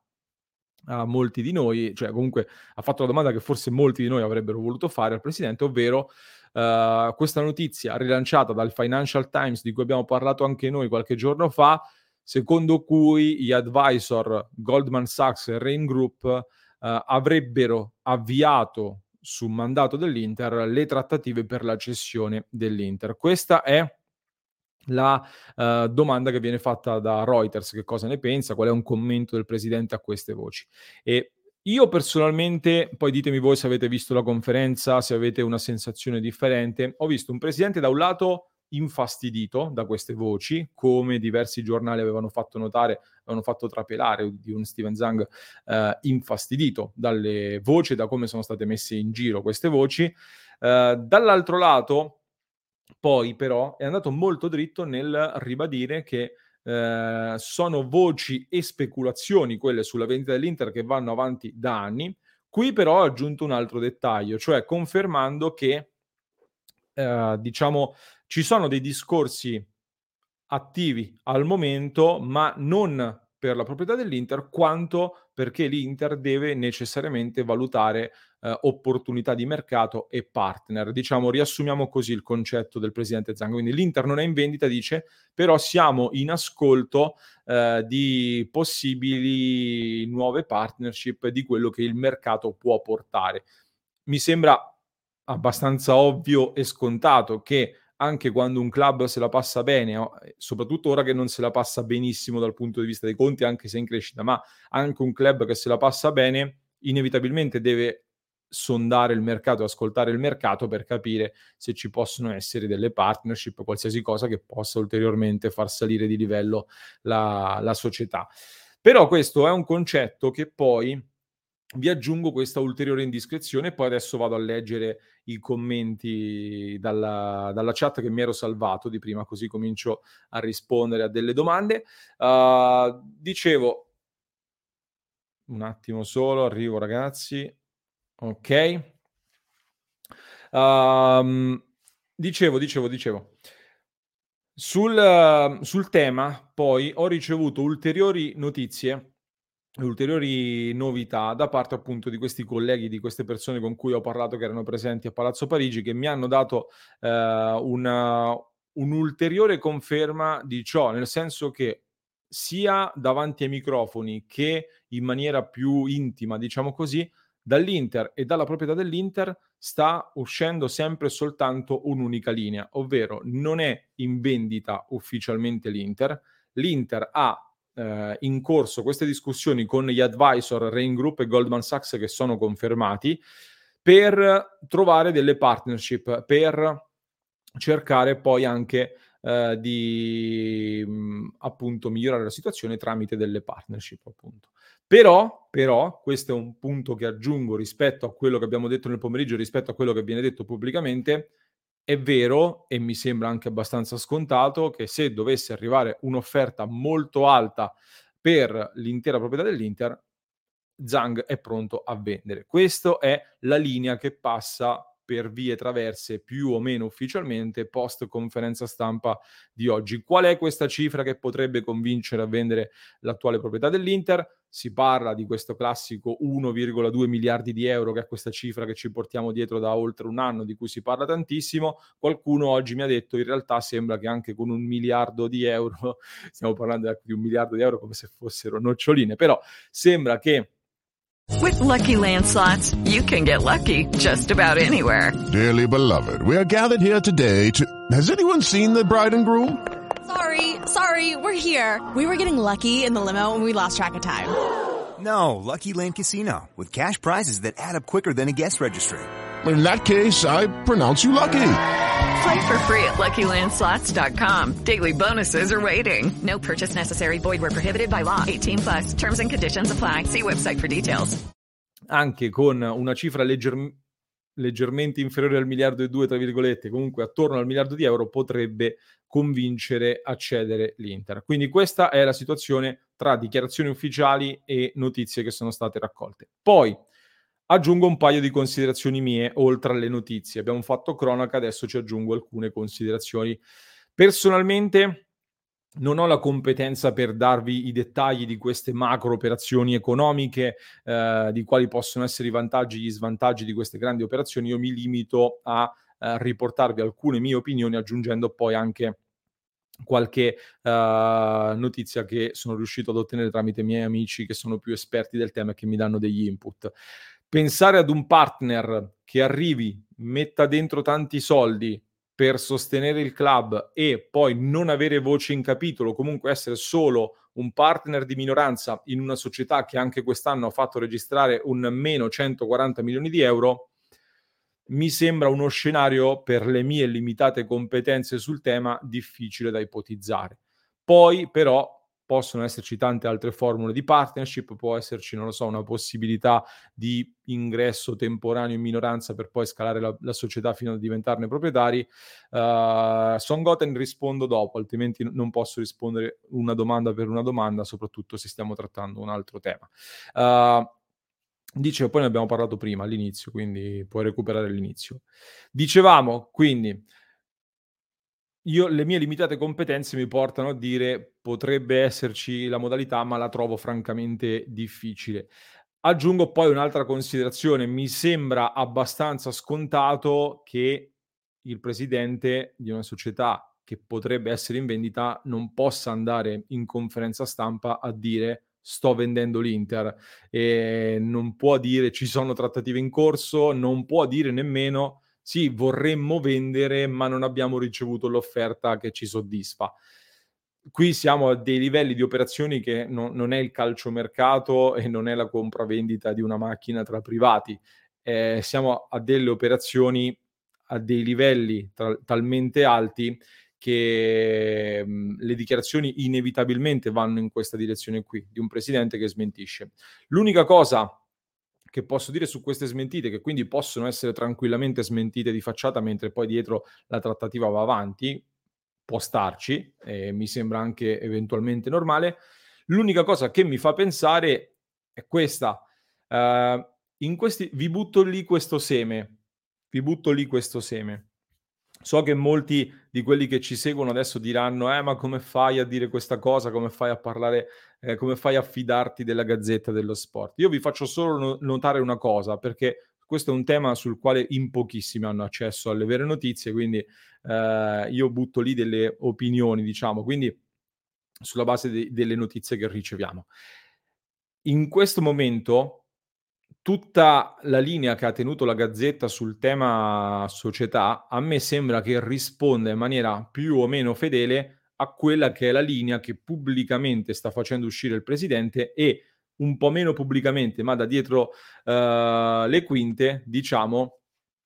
E: a molti di noi, cioè comunque ha fatto la domanda che forse molti di noi avrebbero voluto fare al presidente, ovvero uh, questa notizia rilanciata dal Financial Times di cui abbiamo parlato anche noi qualche giorno fa, secondo cui gli advisor Goldman Sachs e Rain Group uh, avrebbero avviato su mandato dell'Inter le trattative per la cessione dell'Inter. Questa è la uh, domanda che viene fatta da Reuters, che cosa ne pensa, qual è un commento del presidente a queste voci. E io personalmente, poi ditemi voi se avete visto la conferenza, se avete una sensazione differente, ho visto un presidente da un lato infastidito da queste voci, come diversi giornali avevano fatto notare, avevano fatto trapelare di un Steven Zhang uh, infastidito dalle voci, da come sono state messe in giro queste voci. Uh, dall'altro lato poi però è andato molto dritto nel ribadire che eh, sono voci e speculazioni quelle sulla vendita dell'Inter che vanno avanti da anni. Qui però ha aggiunto un altro dettaglio, cioè confermando che eh, diciamo ci sono dei discorsi attivi al momento, ma non per la proprietà dell'Inter, quanto perché l'Inter deve necessariamente valutare eh, opportunità di mercato e partner. Diciamo, riassumiamo così il concetto del presidente Zhang. Quindi l'Inter non è in vendita, dice, però siamo in ascolto eh, di possibili nuove partnership, di quello che il mercato può portare. Mi sembra abbastanza ovvio e scontato che anche quando un club se la passa bene, soprattutto ora che non se la passa benissimo dal punto di vista dei conti, anche se in crescita, ma anche un club che se la passa bene, inevitabilmente deve sondare il mercato, ascoltare il mercato per capire se ci possono essere delle partnership, qualsiasi cosa che possa ulteriormente far salire di livello la, la società. Però questo è un concetto che poi vi aggiungo questa ulteriore indiscrezione e poi adesso vado a leggere i commenti dalla, dalla chat che mi ero salvato di prima, così comincio a rispondere a delle domande. Uh, dicevo, un attimo solo, arrivo ragazzi, ok. Um, dicevo, dicevo, dicevo. Sul, uh, sul tema poi ho ricevuto ulteriori notizie, ulteriori novità da parte appunto di questi colleghi, di queste persone con cui ho parlato che erano presenti a Palazzo Parigi, che mi hanno dato eh, una, un'ulteriore conferma di ciò, nel senso che sia davanti ai microfoni che in maniera più intima, diciamo così, dall'Inter e dalla proprietà dell'Inter sta uscendo sempre soltanto un'unica linea, ovvero non è in vendita ufficialmente l'Inter. L'Inter ha Uh, in corso queste discussioni con gli advisor Rain Group e Goldman Sachs, che sono confermati, per trovare delle partnership, per cercare poi anche uh, di mh, appunto migliorare la situazione tramite delle partnership appunto. Però, però, questo è un punto che aggiungo rispetto a quello che abbiamo detto nel pomeriggio, rispetto a quello che viene detto pubblicamente. È vero, e mi sembra anche abbastanza scontato, che se dovesse arrivare un'offerta molto alta per l'intera proprietà dell'Inter, Zhang è pronto a vendere. Questa è la linea che passa per vie traverse più o meno ufficialmente post conferenza stampa di oggi. Qual è questa cifra che potrebbe convincere a vendere l'attuale proprietà dell'Inter? Si parla di questo classico uno virgola due miliardi di euro, che è questa cifra che ci portiamo dietro da oltre un anno, di cui si parla tantissimo. Qualcuno oggi mi ha detto in realtà sembra che anche con un miliardo di euro, stiamo parlando di un miliardo di euro come se fossero noccioline, però sembra che
C: With Lucky Land Slots, you can get lucky just about anywhere.
F: Dearly beloved, we are gathered here today to... Has anyone seen the bride and groom?
G: Sorry, sorry, we're here. We were getting lucky in the limo and we lost track of time.
H: No, Lucky Land Casino, with cash prizes that add up quicker than a guest registry.
F: In that case, I pronounce you lucky.
C: Play for free at lucky land slots dot com. Daily bonuses are waiting. No purchase necessary. Void where prohibited by law. eighteen plus. Terms and conditions apply. See website for details.
E: Anche con una cifra leggermente leggermente inferiore al miliardo e due, tra virgolette, comunque attorno al miliardo di euro, potrebbe convincere a cedere l'Inter. Quindi questa è la situazione tra dichiarazioni ufficiali e notizie che sono state raccolte. Poi aggiungo un paio di considerazioni mie oltre alle notizie. Abbiamo fatto cronaca, adesso ci aggiungo alcune considerazioni. Personalmente non ho la competenza per darvi i dettagli di queste macro operazioni economiche, eh, di quali possono essere i vantaggi e gli svantaggi di queste grandi operazioni. Io mi limito a, a riportarvi alcune mie opinioni, aggiungendo poi anche qualche uh, notizia che sono riuscito ad ottenere tramite i miei amici che sono più esperti del tema e che mi danno degli input. Pensare ad un partner che arrivi, metta dentro tanti soldi per sostenere il club e poi non avere voce in capitolo, comunque essere solo un partner di minoranza in una società che anche quest'anno ha fatto registrare un meno centoquaranta milioni di euro, mi sembra uno scenario, per le mie limitate competenze sul tema, difficile da ipotizzare. Poi però possono esserci tante altre formule di partnership, può esserci, non lo so, una possibilità di ingresso temporaneo in minoranza per poi scalare la, la società fino a diventarne proprietari. Uh, Son Goten rispondo dopo, altrimenti non posso rispondere una domanda per una domanda, soprattutto se stiamo trattando un altro tema. Uh, Dicevo, poi ne abbiamo parlato prima all'inizio, quindi puoi recuperare l'inizio. Dicevamo, quindi, io le mie limitate competenze mi portano a dire potrebbe esserci la modalità, ma la trovo francamente difficile. Aggiungo poi un'altra considerazione, mi sembra abbastanza scontato che il presidente di una società che potrebbe essere in vendita non possa andare in conferenza stampa a dire sto vendendo l'Inter, e non può dire ci sono trattative in corso, non può dire nemmeno sì, vorremmo vendere, ma non abbiamo ricevuto l'offerta che ci soddisfa. Qui siamo a dei livelli di operazioni che no, non è il calciomercato e non è la compravendita di una macchina tra privati. Eh, siamo a delle operazioni a dei livelli tra, talmente alti che mh, le dichiarazioni inevitabilmente vanno in questa direzione qui, di un presidente che smentisce. L'unica cosa che posso dire su queste smentite, che quindi possono essere tranquillamente smentite di facciata mentre poi dietro la trattativa va avanti, può starci, e mi sembra anche eventualmente normale. L'unica cosa che mi fa pensare è questa. Uh, in questi, vi butto lì questo seme, vi butto lì questo seme. So che molti di quelli che ci seguono adesso diranno eh ma come fai a dire questa cosa, come fai a parlare, eh, come fai a fidarti della Gazzetta dello Sport? Io vi faccio solo no- notare una cosa, perché questo è un tema sul quale in pochissimi hanno accesso alle vere notizie, quindi eh, io butto lì delle opinioni, diciamo, quindi sulla base de- delle notizie che riceviamo. In questo momento tutta la linea che ha tenuto la Gazzetta sul tema società, a me sembra che risponda in maniera più o meno fedele a quella che è la linea che pubblicamente sta facendo uscire il presidente e un po' meno pubblicamente, ma da dietro uh, le quinte, diciamo,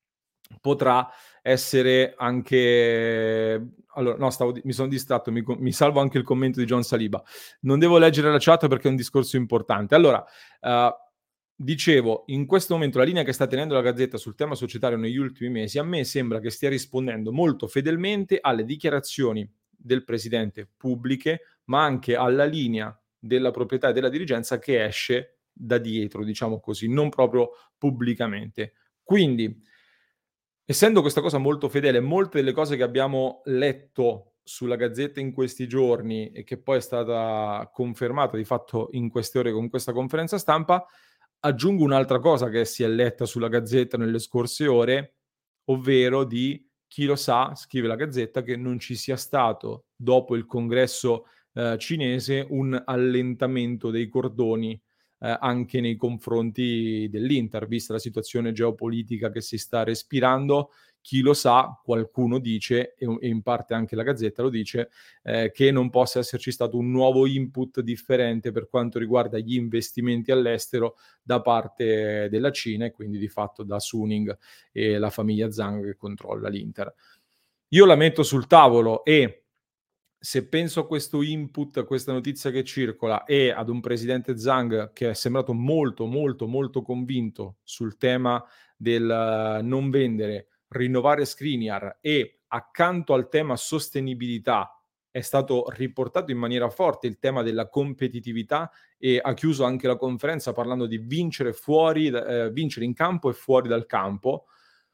E: potrà essere anche... Allora, no, stavo, mi sono distratto, mi, mi salvo anche il commento di John Saliba. Non devo leggere la chat perché è un discorso importante. Allora, uh, dicevo, in questo momento la linea che sta tenendo la Gazzetta sul tema societario negli ultimi mesi, a me sembra che stia rispondendo molto fedelmente alle dichiarazioni del presidente pubbliche, ma anche alla linea della proprietà e della dirigenza che esce da dietro, diciamo così, non proprio pubblicamente. Quindi, essendo questa cosa molto fedele, molte delle cose che abbiamo letto sulla Gazzetta in questi giorni e che poi è stata confermata di fatto in queste ore con questa conferenza stampa, aggiungo un'altra cosa che si è letta sulla Gazzetta nelle scorse ore, ovvero di chi lo sa, scrive la Gazzetta, che non ci sia stato dopo il congresso eh, cinese un allentamento dei cordoni eh, anche nei confronti dell'Inter, vista la situazione geopolitica che si sta respirando. Chi lo sa, qualcuno dice, e in parte anche la Gazzetta lo dice, eh, che non possa esserci stato un nuovo input differente per quanto riguarda gli investimenti all'estero da parte della Cina e quindi di fatto da Suning e la famiglia Zhang che controlla l'Inter. Io la metto sul tavolo e se penso a questo input, a questa notizia che circola e ad un presidente Zhang che è sembrato molto, molto, molto convinto sul tema del non vendere, rinnovare Skriniar e accanto al tema sostenibilità è stato riportato in maniera forte il tema della competitività e ha chiuso anche la conferenza parlando di vincere fuori, eh, vincere in campo e fuori dal campo.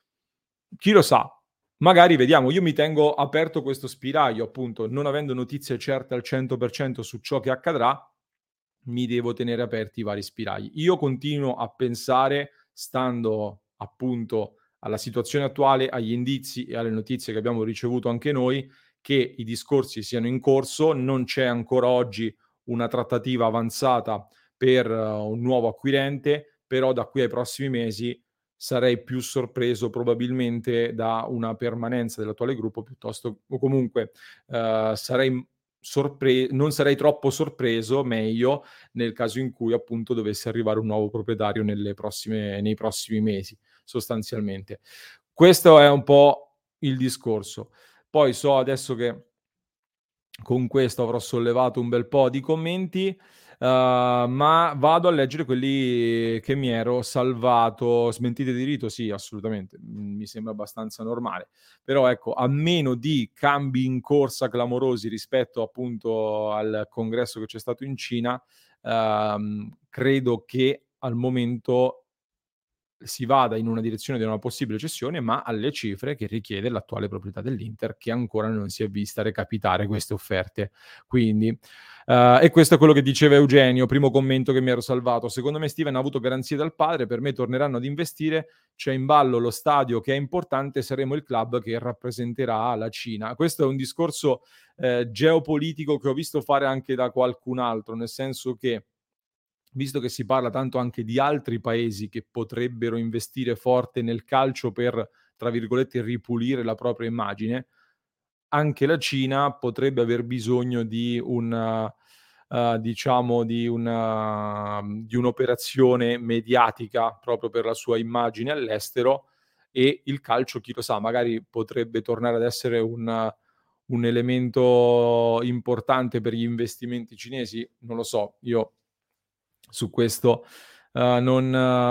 E: Chi lo sa? Magari vediamo, io mi tengo aperto questo spiraglio, appunto, non avendo notizie certe al cento per cento su ciò che accadrà, mi devo tenere aperti i vari spiragli. Io continuo a pensare, stando appunto alla situazione attuale, agli indizi e alle notizie che abbiamo ricevuto anche noi, che i discorsi siano in corso, non c'è ancora oggi una trattativa avanzata per uh, un nuovo acquirente, però da qui ai prossimi mesi sarei più sorpreso probabilmente da una permanenza dell'attuale gruppo piuttosto, o comunque uh, sarei sorpre- non sarei troppo sorpreso, meglio, nel caso in cui appunto dovesse arrivare un nuovo proprietario nelle prossime, nei prossimi mesi, sostanzialmente. Questo è un po' il discorso. Poi so adesso che con questo avrò sollevato un bel po' di commenti, uh, ma vado a leggere quelli che mi ero salvato. Smentite di rito? Sì, assolutamente, mi sembra abbastanza normale. Però ecco, a meno di cambi in corsa clamorosi rispetto appunto al congresso che c'è stato in Cina, uh, credo che al momento si vada in una direzione di una possibile cessione, ma alle cifre che richiede l'attuale proprietà dell'Inter, che ancora non si è vista recapitare queste offerte. Quindi, uh, e questo è quello che diceva Eugenio, primo commento che mi ero salvato. Secondo me Steven ha avuto garanzie dal padre, per me torneranno ad investire, c'è in ballo lo stadio che è importante, saremo il club che rappresenterà la Cina. Questo è un discorso eh, geopolitico che ho visto fare anche da qualcun altro, nel senso che visto che si parla tanto anche di altri paesi che potrebbero investire forte nel calcio per, tra virgolette, ripulire la propria immagine, anche la Cina potrebbe aver bisogno di un, uh, diciamo, di, una, di un'operazione mediatica proprio per la sua immagine all'estero, e il calcio, chi lo sa, magari potrebbe tornare ad essere un, un elemento importante per gli investimenti cinesi, non lo so, io su questo uh, non,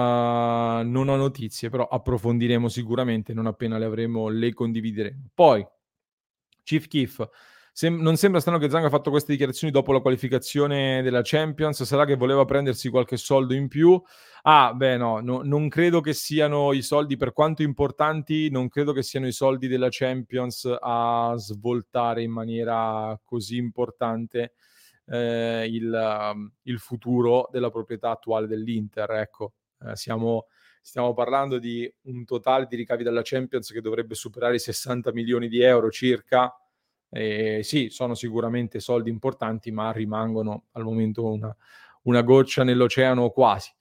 E: uh, non ho notizie, però approfondiremo sicuramente, non appena le avremo le condivideremo. Poi, Chief Keef, sem- non sembra strano che Zhang ha fatto queste dichiarazioni dopo la qualificazione della Champions, sarà che voleva prendersi qualche soldo in più? Ah, beh no, no, non credo che siano i soldi, per quanto importanti, non credo che siano i soldi della Champions a svoltare in maniera così importante Eh, il, um, il futuro della proprietà attuale dell'Inter. Ecco, eh, siamo, stiamo parlando di un totale di ricavi dalla Champions che dovrebbe superare i sessanta milioni di euro circa. Eh, sì, sono sicuramente soldi importanti, ma rimangono al momento una, una goccia nell'oceano quasi.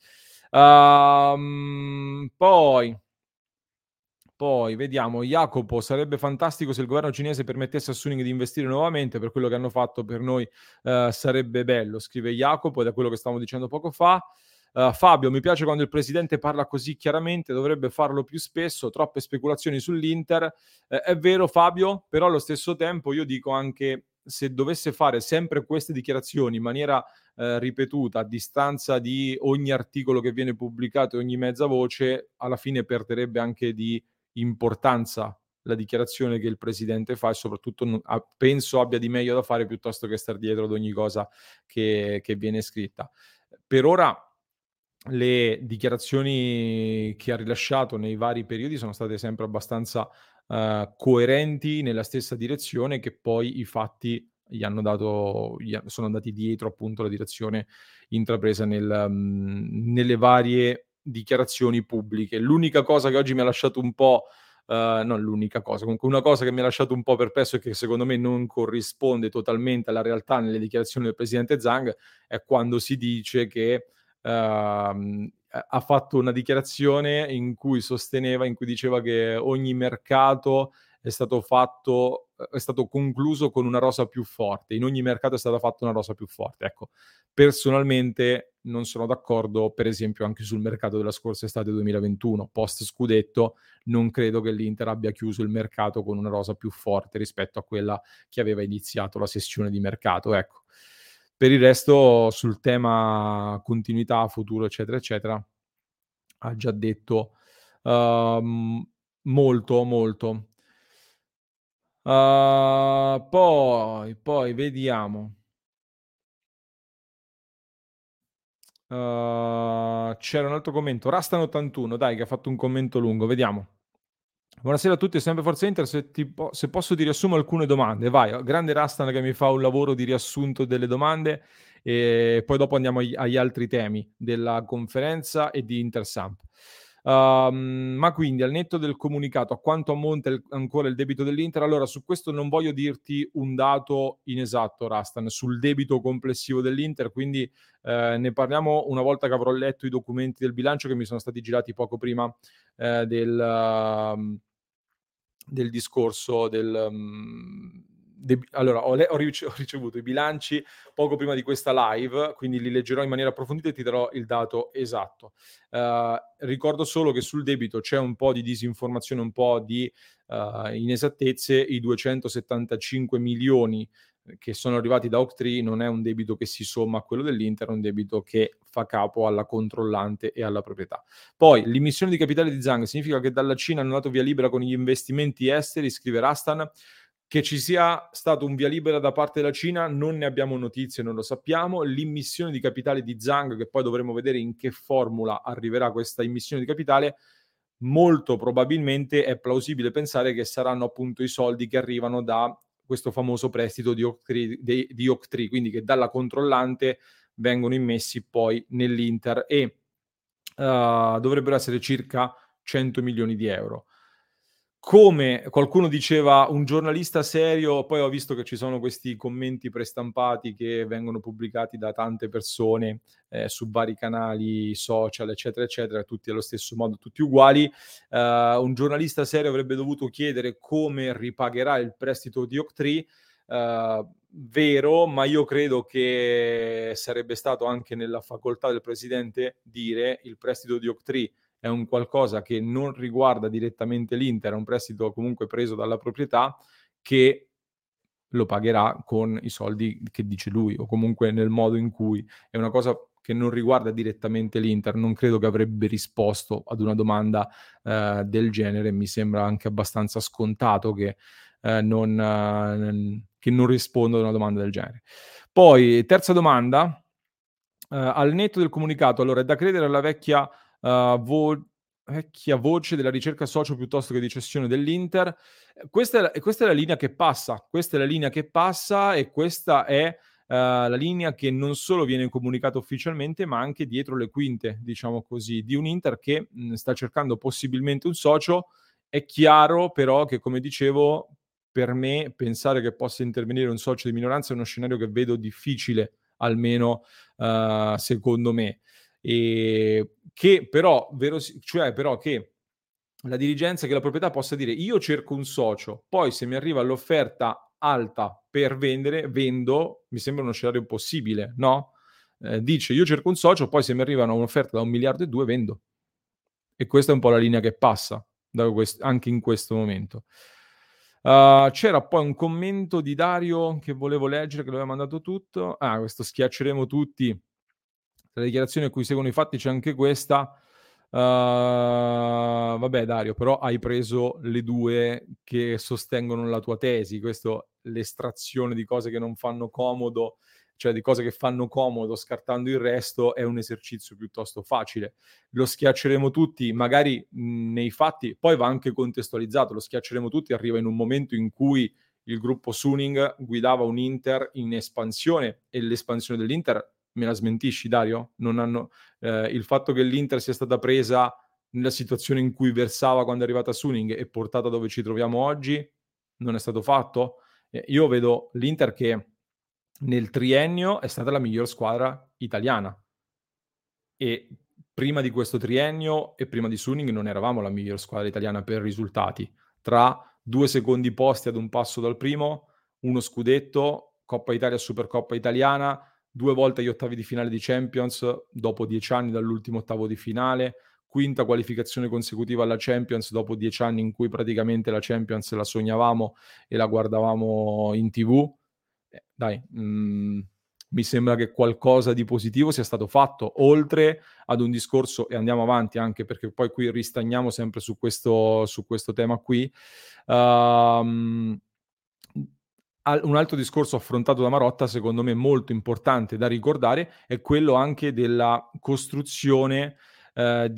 E: Um, poi Poi vediamo, Jacopo, sarebbe fantastico se il governo cinese permettesse a Suning di investire nuovamente, per quello che hanno fatto per noi eh, sarebbe bello, scrive Jacopo, ed è quello che stavamo dicendo poco fa. Uh, Fabio, mi piace quando il presidente parla così chiaramente, dovrebbe farlo più spesso, troppe speculazioni sull'Inter. Eh, è vero Fabio, però allo stesso tempo io dico anche, se dovesse fare sempre queste dichiarazioni in maniera eh, ripetuta a distanza di ogni articolo che viene pubblicato e ogni mezza voce, alla fine perderebbe anche di importanza la dichiarazione che il presidente fa, e soprattutto non, a, penso abbia di meglio da fare piuttosto che star dietro ad ogni cosa che, che viene scritta. Per ora le dichiarazioni che ha rilasciato nei vari periodi sono state sempre abbastanza uh, coerenti nella stessa direzione, che poi i fatti gli hanno dato, gli sono andati dietro appunto la direzione intrapresa nel, um, nelle varie dichiarazioni pubbliche. L'unica cosa che oggi mi ha lasciato un po', uh, non l'unica cosa, comunque una cosa che mi ha lasciato un po' perplesso e che secondo me non corrisponde totalmente alla realtà nelle dichiarazioni del presidente Zhang, è quando si dice che uh, ha fatto una dichiarazione in cui sosteneva, in cui diceva che ogni mercato è stato fatto è stato concluso con una rosa più forte, in ogni mercato è stata fatta una rosa più forte. Ecco, personalmente non sono d'accordo, per esempio, anche sul mercato della scorsa estate duemilaventuno, post scudetto, non credo che l'Inter abbia chiuso il mercato con una rosa più forte rispetto a quella che aveva iniziato la sessione di mercato, ecco. Per il resto, sul tema continuità, futuro, eccetera, eccetera, ha già detto uh, molto, molto. Uh, poi, poi vediamo. Uh, c'era un altro commento. Rastan ottantuno, dai, che ha fatto un commento lungo. Vediamo. Buonasera a tutti, è sempre Forza Inter. Se, ti po- se posso ti riassumo alcune domande. Vai, grande Rastan che mi fa un lavoro di riassunto delle domande e poi dopo andiamo agli, agli altri temi della conferenza e di Intersamp. Um, ma quindi al netto del comunicato, a quanto ammonta il, ancora il debito dell'Inter? Allora, su questo non voglio dirti un dato inesatto, Rastan, sul debito complessivo dell'Inter, quindi eh, ne parliamo una volta che avrò letto i documenti del bilancio che mi sono stati girati poco prima eh, del, uh, del discorso del... Um, De, allora, ho, le, ho, rice- ho ricevuto i bilanci poco prima di questa live, quindi li leggerò in maniera approfondita e ti darò il dato esatto. Uh, ricordo solo che sul debito c'è un po' di disinformazione, un po' di uh, inesattezze. I duecentosettantacinque milioni che sono arrivati da Octree non è un debito che si somma a quello dell'Inter, è un debito che fa capo alla controllante e alla proprietà. Poi, l'immissione di capitale di Zhang significa che dalla Cina hanno dato via libera con gli investimenti esteri, scrive Rastan. Che ci sia stato un via libera da parte della Cina non ne abbiamo notizie, non lo sappiamo. L'immissione di capitale di Zhang, che poi dovremo vedere in che formula arriverà questa immissione di capitale, molto probabilmente è plausibile pensare che saranno appunto i soldi che arrivano da questo famoso prestito di Octree, di, di Octree, quindi che dalla controllante vengono immessi poi nell'Inter e uh, dovrebbero essere circa cento milioni di euro. Come qualcuno diceva, un giornalista serio, poi ho visto che ci sono questi commenti prestampati che vengono pubblicati da tante persone eh, su vari canali social, eccetera, eccetera, tutti allo stesso modo, tutti uguali. Uh, un giornalista serio avrebbe dovuto chiedere come ripagherà il prestito di Octree. Uh, vero, ma io credo che sarebbe stato anche nella facoltà del presidente dire il prestito di Octree è un qualcosa che non riguarda direttamente l'Inter, è un prestito comunque preso dalla proprietà che lo pagherà con i soldi che dice lui o comunque nel modo in cui è una cosa che non riguarda direttamente l'Inter. Non credo che avrebbe risposto ad una domanda eh, del genere, mi sembra anche abbastanza scontato che, eh, non, eh, che non risponda ad una domanda del genere. Poi, terza domanda, eh, al netto del comunicato, allora è da credere alla vecchia Uh, vo- vecchia voce della ricerca socio piuttosto che di cessione dell'Inter. Questa è, la, questa è la linea che passa, questa è la linea che passa e questa è uh, la linea che non solo viene comunicata ufficialmente ma anche dietro le quinte, diciamo così, di un Inter che mh, sta cercando possibilmente un socio. È chiaro però che, come dicevo, per me pensare che possa intervenire un socio di minoranza è uno scenario che vedo difficile, almeno uh, secondo me. E che però, vero, cioè però che la dirigenza, che la proprietà possa dire io cerco un socio, poi se mi arriva l'offerta alta per vendere, vendo, mi sembra uno scenario possibile, no? Eh, dice io cerco un socio, poi se mi arrivano un'offerta da un miliardo e due, vendo. E questa è un po' la linea che passa da quest- anche in questo momento. Uh, c'era poi un commento di Dario che volevo leggere, che l'aveva mandato tutto. Ah, questo schiacceremo tutti. Tra le dichiarazioni a cui seguono i fatti c'è anche questa. Uh, vabbè Dario, però hai preso le due che sostengono la tua tesi. Questo, l'estrazione di cose che non fanno comodo, cioè di cose che fanno comodo scartando il resto, è un esercizio piuttosto facile. Lo schiacceremo tutti, magari mh, nei fatti, poi va anche contestualizzato, lo schiacceremo tutti arriva in un momento in cui il gruppo Suning guidava un Inter in espansione e l'espansione dell'Inter, me la smentisci Dario? Non hanno, eh, il fatto che l'Inter sia stata presa nella situazione in cui versava quando è arrivata Suning e portata dove ci troviamo oggi non è stato fatto? Eh, io vedo l'Inter che nel triennio è stata la miglior squadra italiana e prima di questo triennio e prima di Suning non eravamo la miglior squadra italiana per risultati. Tra due secondi posti ad un passo dal primo, uno scudetto, Coppa Italia, Supercoppa Italiana, due volte agli ottavi di finale di Champions dopo dieci anni dall'ultimo ottavo di finale, quinta qualificazione consecutiva alla Champions dopo dieci anni in cui praticamente la Champions la sognavamo e la guardavamo in tivù. Eh, dai, mh, mi sembra che qualcosa di positivo sia stato fatto, oltre ad un discorso, e andiamo avanti anche perché poi qui ristagniamo sempre su questo, su questo tema qui. Um, un altro discorso affrontato da Marotta, secondo me molto importante da ricordare, è quello anche della costruzione eh,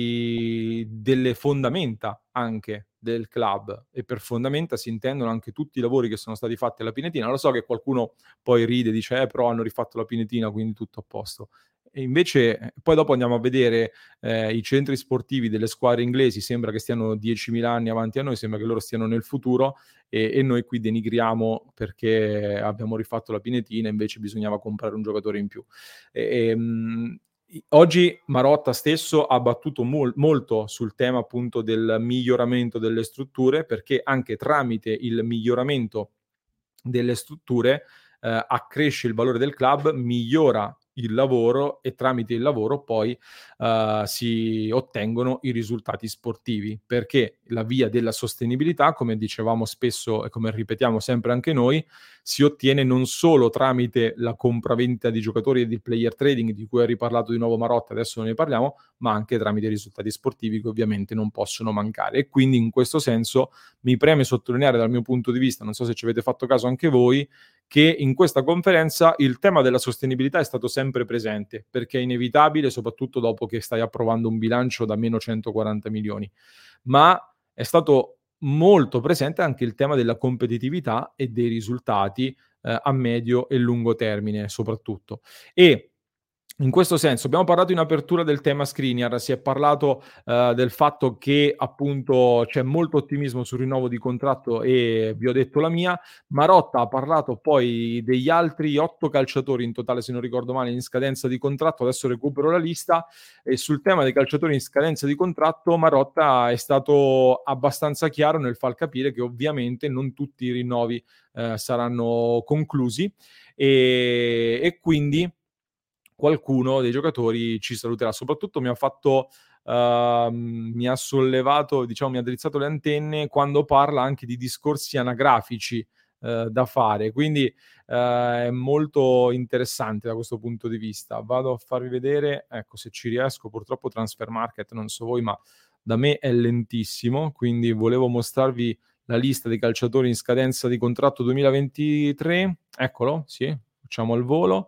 E: di, delle fondamenta anche del club, e per fondamenta si intendono anche tutti i lavori che sono stati fatti alla Pinetina. Lo so che qualcuno poi ride e dice eh, però hanno rifatto la Pinetina, quindi tutto a posto. E invece poi dopo andiamo a vedere eh, i centri sportivi delle squadre inglesi, sembra che stiano diecimila anni avanti a noi, sembra che loro stiano nel futuro, e, e noi qui denigriamo perché abbiamo rifatto la Pinetina, invece bisognava comprare un giocatore in più. E, e, mh, oggi Marotta stesso ha battuto mol- molto sul tema appunto del miglioramento delle strutture, perché anche tramite il miglioramento delle strutture eh, accresce il valore del club, migliora il lavoro e tramite il lavoro poi uh, si ottengono i risultati sportivi, perché la via della sostenibilità, come dicevamo spesso e come ripetiamo sempre anche noi, si ottiene non solo tramite la compravendita di giocatori e di player trading, di cui ha riparlato di nuovo Marotta, adesso non ne parliamo, ma anche tramite i risultati sportivi che ovviamente non possono mancare. E quindi in questo senso mi preme sottolineare dal mio punto di vista, non so se ci avete fatto caso anche voi, che in questa conferenza il tema della sostenibilità è stato sempre presente, perché è inevitabile, soprattutto dopo che stai approvando un bilancio da meno centoquaranta milioni, ma è stato molto presente anche il tema della competitività e dei risultati eh, a medio e lungo termine soprattutto. E in questo senso abbiamo parlato in apertura del tema Skriniar, si è parlato uh, del fatto che appunto c'è molto ottimismo sul rinnovo di contratto e vi ho detto la mia. Marotta ha parlato poi degli altri otto calciatori in totale, se non ricordo male, in scadenza di contratto, adesso recupero la lista, e sul tema dei calciatori in scadenza di contratto Marotta è stato abbastanza chiaro nel far capire che ovviamente non tutti i rinnovi uh, saranno conclusi e, e quindi qualcuno dei giocatori ci saluterà. Soprattutto mi ha fatto uh, mi ha sollevato, diciamo, mi ha drizzato le antenne quando parla anche di discorsi anagrafici uh, da fare, quindi uh, è molto interessante da questo punto di vista. Vado a farvi vedere, ecco, se ci riesco. Purtroppo Transfer Market, non so voi, ma da me è lentissimo, quindi volevo mostrarvi la lista dei calciatori in scadenza di contratto duemilaventitré. Eccolo, sì, facciamo al volo.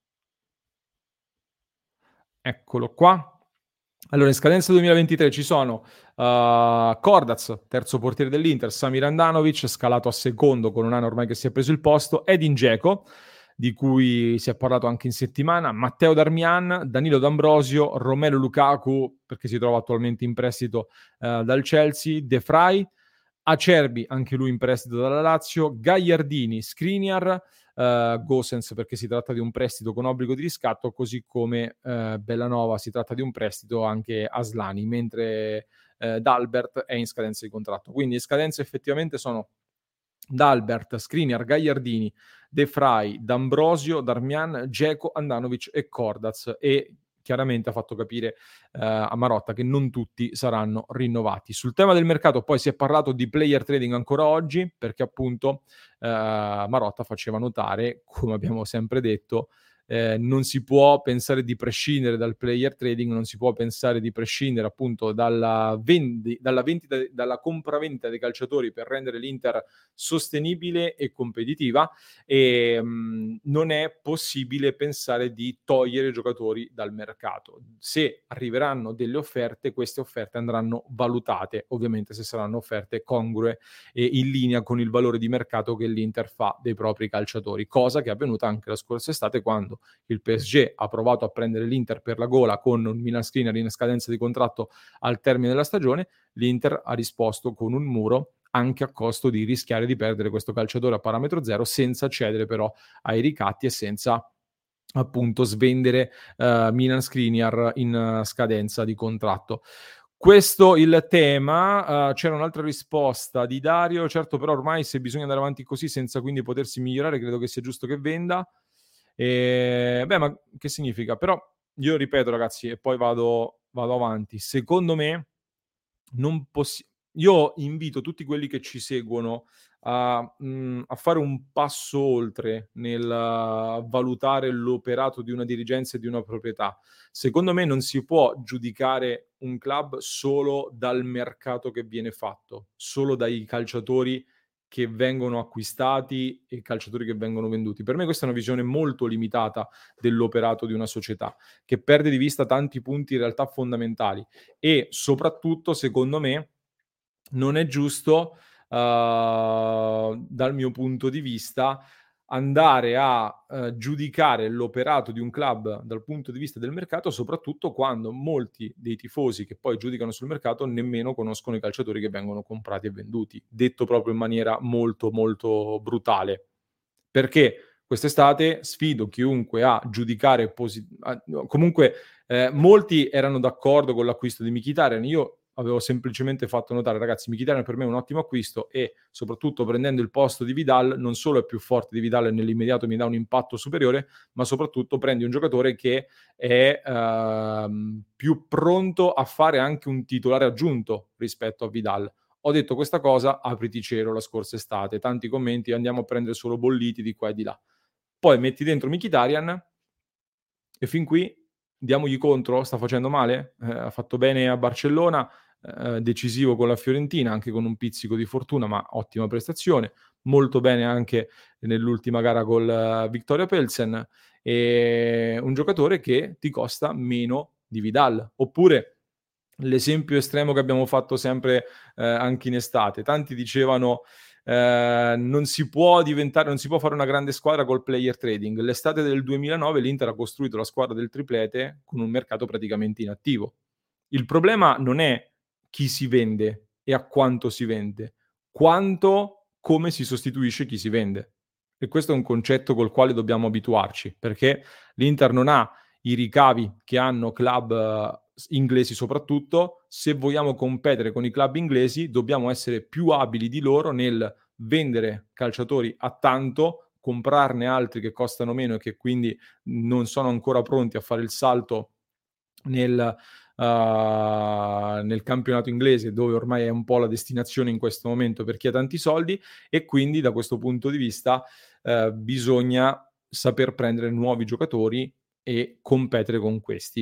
E: Eccolo qua. Allora, in scadenza duemilaventitré ci sono uh, Cordaz, terzo portiere dell'Inter, Samir Handanovic, scalato a secondo con un anno ormai che si è preso il posto, Edin Dzeko, di cui si è parlato anche in settimana, Matteo Darmian, Danilo D'Ambrosio, Romelu Lukaku, perché si trova attualmente in prestito uh, dal Chelsea, De Vrij, Acerbi, anche lui in prestito dalla Lazio, Gagliardini, Skriniar, Uh, Gosens perché si tratta di un prestito con obbligo di riscatto, così come uh, Bellanova si tratta di un prestito anche Aslani, mentre uh, Dalbert è in scadenza di contratto. Quindi le scadenze effettivamente sono Dalbert, Skriniar, Gagliardini, De Vrij, D'Ambrosio, Darmian, Dzeko, Handanovic e Cordaz, e chiaramente ha fatto capire uh, a Marotta che non tutti saranno rinnovati. Sul tema del mercato poi si è parlato di player trading ancora oggi, perché appunto uh, Marotta faceva notare, come abbiamo sempre detto, eh, non si può pensare di prescindere dal player trading, non si può pensare di prescindere appunto dalla, vendi, dalla, vendita, dalla compravendita dei calciatori per rendere l'Inter sostenibile e competitiva, e mh, non è possibile pensare di togliere giocatori dal mercato. Se arriveranno delle offerte, queste offerte andranno valutate, ovviamente se saranno offerte congrue e in linea con il valore di mercato che l'Inter fa dei propri calciatori, cosa che è avvenuta anche la scorsa estate, quando il P S G ha provato a prendere l'Inter per la gola con un Milan Skriniar in scadenza di contratto al termine della stagione. L'Inter ha risposto con un muro, anche a costo di rischiare di perdere questo calciatore a parametro zero, senza cedere però ai ricatti e senza appunto svendere uh, Milan Skriniar in uh, scadenza di contratto. Questo il tema. Uh, c'era un'altra risposta di Dario. Certo, però ormai se bisogna andare avanti così senza quindi potersi migliorare, credo che sia giusto che venda. E, beh, ma che significa? Però io ripeto, ragazzi, e poi vado, vado avanti. Secondo me non possi- io invito tutti quelli che ci seguono a, mh, a fare un passo oltre nel uh, valutare l'operato di una dirigenza e di una proprietà. Secondo me non si può giudicare un club solo dal mercato che viene fatto, solo dai calciatori che vengono acquistati e i calciatori che vengono venduti. Per me questa è una visione molto limitata dell'operato di una società, che perde di vista tanti punti in realtà fondamentali e soprattutto, secondo me, non è giusto, uh, dal mio punto di vista, andare a uh, giudicare l'operato di un club dal punto di vista del mercato, soprattutto quando molti dei tifosi che poi giudicano sul mercato nemmeno conoscono i calciatori che vengono comprati e venduti, detto proprio in maniera molto molto brutale. Perché quest'estate sfido chiunque a giudicare posi- a, comunque eh, molti erano d'accordo con l'acquisto di Mkhitaryan. Io avevo semplicemente fatto notare, ragazzi, Mkhitaryan per me è un ottimo acquisto e soprattutto prendendo il posto di Vidal non solo è più forte di Vidal e nell'immediato mi dà un impatto superiore, ma soprattutto prendi un giocatore che è ehm, più pronto a fare anche un titolare aggiunto rispetto a Vidal. Ho detto questa cosa, apriti cielo, la scorsa estate, tanti commenti, andiamo a prendere solo bolliti di qua e di là. Poi metti dentro Mkhitaryan e fin qui diamogli contro, sta facendo male, eh, ha fatto bene a Barcellona, eh, decisivo con la Fiorentina, anche con un pizzico di fortuna, ma ottima prestazione, molto bene anche nell'ultima gara col uh, Viktoria Pilsen, e un giocatore che ti costa meno di Vidal, oppure l'esempio estremo che abbiamo fatto sempre eh, anche in estate, tanti dicevano eh, non si può diventare, non si può fare una grande squadra col player trading. L'estate del duemilanove l'Inter ha costruito la squadra del triplete con un mercato praticamente inattivo. Il problema non è chi si vende e a quanto si vende, quanto come si sostituisce chi si vende. E questo è un concetto col quale dobbiamo abituarci, perché l'Inter non ha i ricavi che hanno club uh, inglesi soprattutto. Se vogliamo competere con i club inglesi dobbiamo essere più abili di loro nel vendere calciatori a tanto, comprarne altri che costano meno e che quindi non sono ancora pronti a fare il salto nel, uh, nel campionato inglese, dove ormai è un po' la destinazione in questo momento per chi ha tanti soldi, e quindi da questo punto di vista uh, bisogna saper prendere nuovi giocatori e competere con questi.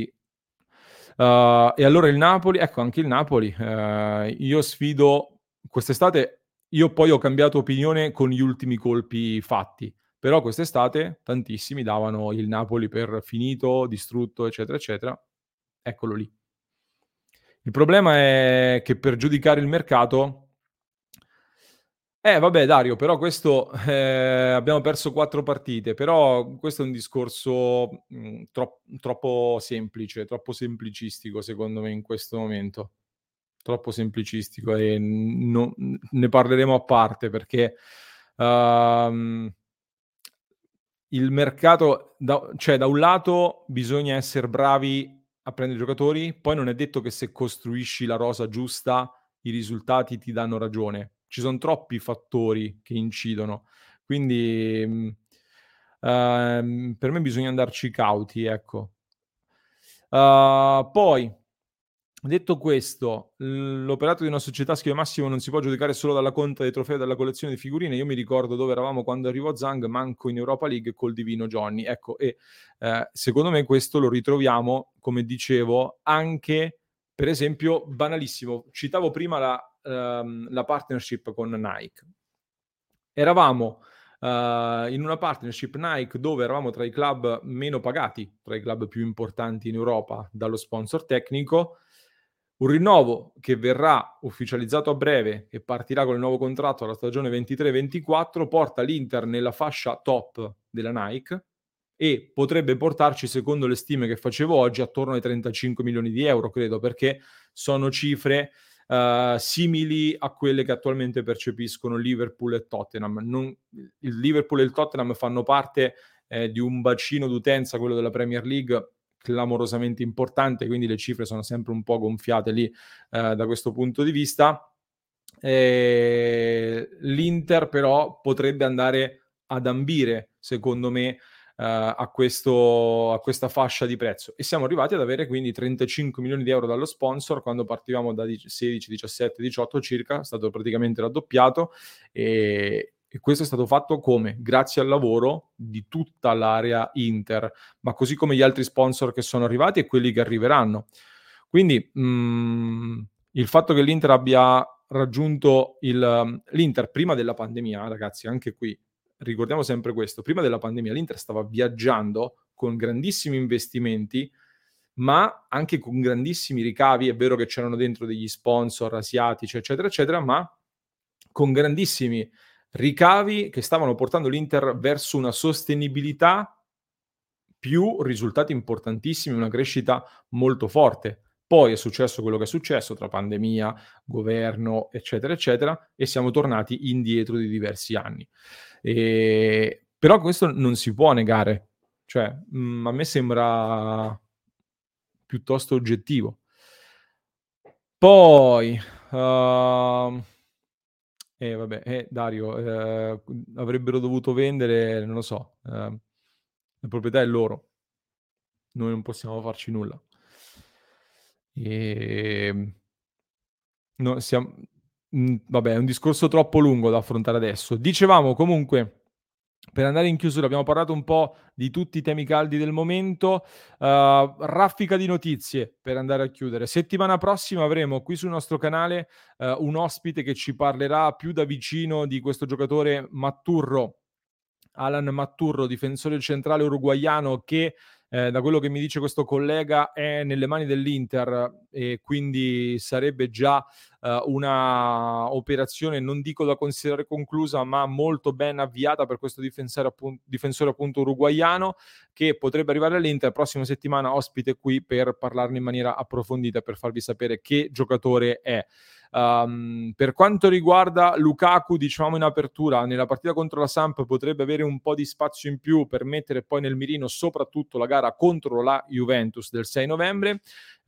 E: Uh, e allora il Napoli, ecco anche il Napoli, uh, io sfido quest'estate, io poi ho cambiato opinione con gli ultimi colpi fatti, però quest'estate tantissimi davano il Napoli per finito, distrutto, eccetera, eccetera. Eccolo lì. Il problema è che per giudicare il mercato Eh, vabbè, Dario, però questo eh, abbiamo perso quattro partite, però questo è un discorso mh, tro- troppo semplice, troppo semplicistico secondo me in questo momento. Troppo semplicistico e no, ne parleremo a parte perché um, il mercato, da, cioè da un lato bisogna essere bravi a prendere giocatori, poi non è detto che se costruisci la rosa giusta i risultati ti danno ragione. Ci sono troppi fattori che incidono, quindi mh, uh, per me bisogna andarci cauti, ecco. Uh, poi, detto questo, l'operato di una società, scrive Massimo, non si può giudicare solo dalla conta dei trofei e dalla collezione di figurine. Io mi ricordo dove eravamo quando arrivò Zhang, manco in Europa League col divino Johnny. Ecco, e eh, secondo me questo lo ritroviamo, come dicevo, anche, per esempio, banalissimo, citavo prima la, ehm, la partnership con Nike. Eravamo Uh, in una partnership Nike dove eravamo tra i club meno pagati, tra i club più importanti in Europa dallo sponsor tecnico, un rinnovo che verrà ufficializzato a breve e partirà con il nuovo contratto alla stagione ventitré ventiquattro porta l'Inter nella fascia top della Nike e potrebbe portarci, secondo le stime che facevo oggi, attorno ai trentacinque milioni di euro, credo, perché sono cifre Uh, simili a quelle che attualmente percepiscono Liverpool e Tottenham. Non, il Liverpool e il Tottenham fanno parte eh, di un bacino d'utenza, quello della Premier League, clamorosamente importante, quindi le cifre sono sempre un po' gonfiate lì eh, da questo punto di vista. Eh, L'Inter però potrebbe andare ad ambire, secondo me, Uh, a, questo, a questa fascia di prezzo, e siamo arrivati ad avere quindi trentacinque milioni di euro dallo sponsor quando partivamo da sedici, diciassette, diciotto circa. È stato praticamente raddoppiato, e, e questo è stato fatto come? Grazie al lavoro di tutta l'area Inter, ma così come gli altri sponsor che sono arrivati e quelli che arriveranno. Quindi mh, il fatto che l'Inter abbia raggiunto il, l'Inter prima della pandemia, ragazzi, anche qui ricordiamo sempre questo: prima della pandemia l'Inter stava viaggiando con grandissimi investimenti, ma anche con grandissimi ricavi. È vero che c'erano dentro degli sponsor asiatici, eccetera, eccetera, ma con grandissimi ricavi che stavano portando l'Inter verso una sostenibilità, più risultati importantissimi, una crescita molto forte. Poi è successo quello che è successo tra pandemia, governo, eccetera, eccetera, e siamo tornati indietro di diversi anni. E... però questo non si può negare, cioè mh, a me sembra piuttosto oggettivo. Poi uh... eh, vabbè, eh, Dario, eh, avrebbero dovuto vendere, non lo so, eh, la proprietà è loro, noi non possiamo farci nulla. E... no, siamo... vabbè, è un discorso troppo lungo da affrontare adesso. Dicevamo comunque, per andare in chiusura, abbiamo parlato un po' di tutti i temi caldi del momento. Uh, raffica di notizie per andare a chiudere. Settimana prossima avremo qui sul nostro canale uh, un ospite che ci parlerà più da vicino di questo giocatore Matturro, Alan Matturro, difensore centrale uruguaiano, che eh, da quello che mi dice questo collega è nelle mani dell'Inter, e quindi sarebbe già eh, una operazione, non dico da considerare conclusa, ma molto ben avviata per questo difensore appunto, difensore appunto uruguaiano, che potrebbe arrivare all'Inter. Prossima settimana ospite qui per parlarne in maniera approfondita, per farvi sapere che giocatore è. Um, per quanto riguarda Lukaku, dicevamo in apertura, nella partita contro la Samp potrebbe avere un po' di spazio in più per mettere poi nel mirino soprattutto la gara contro la Juventus del sei novembre,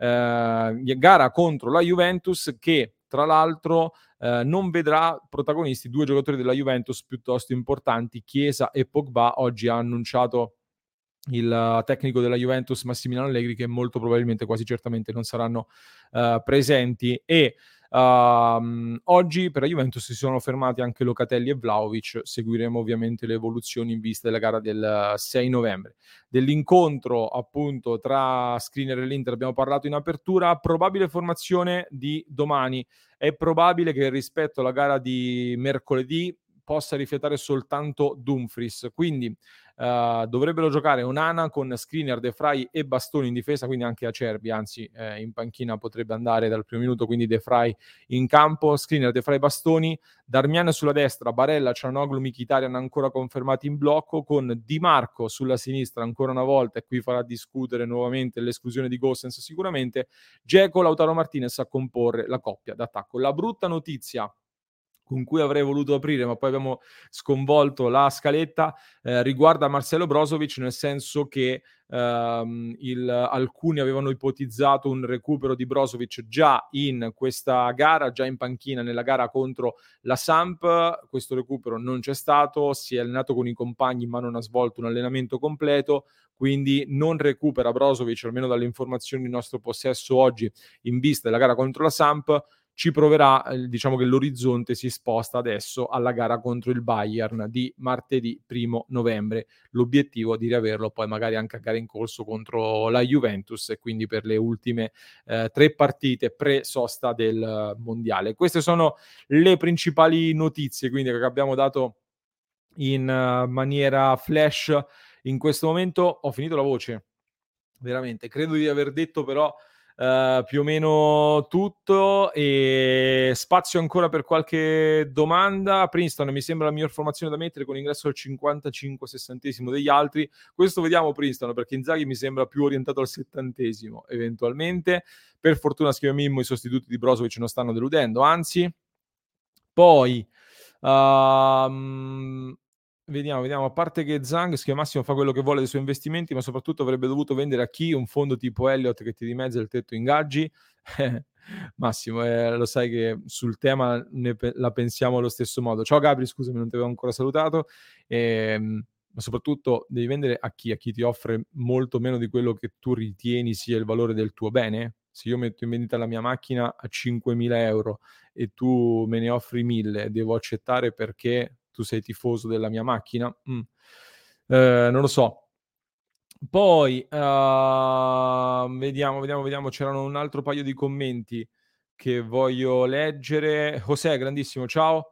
E: uh, gara contro la Juventus che tra l'altro uh, non vedrà protagonisti due giocatori della Juventus piuttosto importanti, Chiesa e Pogba. Oggi ha annunciato il tecnico della Juventus Massimiliano Allegri che molto probabilmente, quasi certamente, non saranno uh, presenti. E Uh, oggi per la Juventus si sono fermati anche Locatelli e Vlahovic. Seguiremo ovviamente le evoluzioni in vista della gara del sei novembre. Dell'incontro appunto tra Skriniar e l'Inter abbiamo parlato in apertura. Probabile formazione di domani: è probabile che rispetto alla gara di mercoledì possa rifiatare soltanto Dumfries, quindi uh, dovrebbero giocare Onana con Skriniar, De Vrij e Bastoni in difesa, quindi anche Acerbi, anzi eh, in panchina potrebbe andare dal primo minuto, quindi De Vrij in campo, Skriniar, De Vrij, Bastoni, Darmian sulla destra, Barella, Çalhanoğlu, Mkhitaryan ancora confermati in blocco, con Di Marco sulla sinistra ancora una volta, e qui farà discutere nuovamente l'esclusione di Gosens sicuramente, Dzeko, Lautaro Martinez a comporre la coppia d'attacco. La brutta notizia con cui avrei voluto aprire, ma poi abbiamo sconvolto la scaletta, eh, riguarda Marcelo Brozovic, nel senso che ehm, il, alcuni avevano ipotizzato un recupero di Brozovic già in questa gara, già in panchina nella gara contro la Samp. Questo recupero non c'è stato, si è allenato con i compagni ma non ha svolto un allenamento completo, quindi non recupera Brozovic, almeno dalle informazioni in nostro possesso oggi, in vista della gara contro la Samp. Ci proverà, diciamo che l'orizzonte si sposta adesso alla gara contro il Bayern di martedì primo novembre. L'obiettivo è di riaverlo poi magari anche a gara in corso contro la Juventus, e quindi per le ultime eh, tre partite pre-sosta del mondiale. Queste sono le principali notizie, quindi, che abbiamo dato in uh, maniera flash in questo momento. Ho finito la voce, veramente. Credo di aver detto però Uh, più o meno tutto, e spazio ancora per qualche domanda. Princeton mi sembra la miglior formazione da mettere, con ingresso al cinquantacinque sessantesimo degli altri. Questo vediamo Princeton, perché Inzaghi mi sembra più orientato al settantesimo eventualmente. Per fortuna, scrive Mimmo, i sostituti di Brozovic non stanno deludendo, anzi. Poi um, vediamo, vediamo. A parte che Zhang, che Massimo fa quello che vuole dei suoi investimenti, ma soprattutto avrebbe dovuto vendere a chi un fondo tipo Elliott che ti dimezza il tetto ingaggi. Massimo, eh, lo sai che sul tema ne pe- la pensiamo allo stesso modo. Ciao Gabri, scusami, non ti avevo ancora salutato. Ehm, ma soprattutto devi vendere a chi? A chi ti offre molto meno di quello che tu ritieni sia il valore del tuo bene? Se io metto in vendita la mia macchina a cinquemila euro e tu me ne offri mille, devo accettare perché tu sei tifoso della mia macchina? Mm. Eh, non lo so. Poi uh, vediamo, vediamo, vediamo. C'erano un altro paio di commenti che voglio leggere. José, grandissimo, ciao.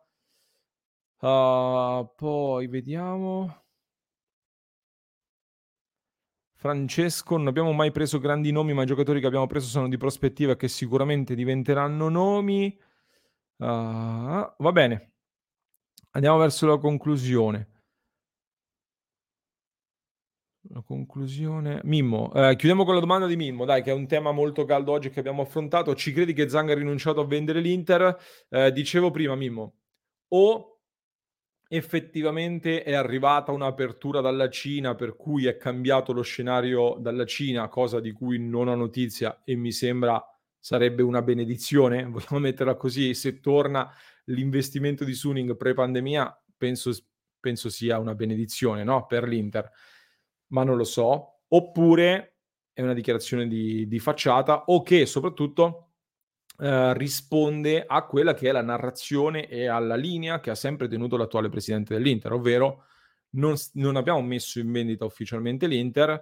E: Uh, poi vediamo. Francesco, non abbiamo mai preso grandi nomi, ma i giocatori che abbiamo preso sono di prospettiva che sicuramente diventeranno nomi. Uh, va bene. Andiamo verso la conclusione. La conclusione. Mimmo, eh, chiudiamo con la domanda di Mimmo, dai, che è un tema molto caldo oggi che abbiamo affrontato. Ci credi che Zhang ha rinunciato a vendere l'Inter? Eh, dicevo prima, Mimmo, o effettivamente è arrivata un'apertura dalla Cina per cui è cambiato lo scenario dalla Cina, cosa di cui non ho notizia e mi sembra sarebbe una benedizione, vogliamo metterla così. Se torna l'investimento di Suning pre-pandemia, penso, penso sia una benedizione, no? Per l'Inter, ma non lo so. Oppure è una dichiarazione di, di facciata, o che soprattutto Uh, risponde a quella che è la narrazione e alla linea che ha sempre tenuto l'attuale presidente dell'Inter, ovvero non, non abbiamo messo in vendita ufficialmente l'Inter,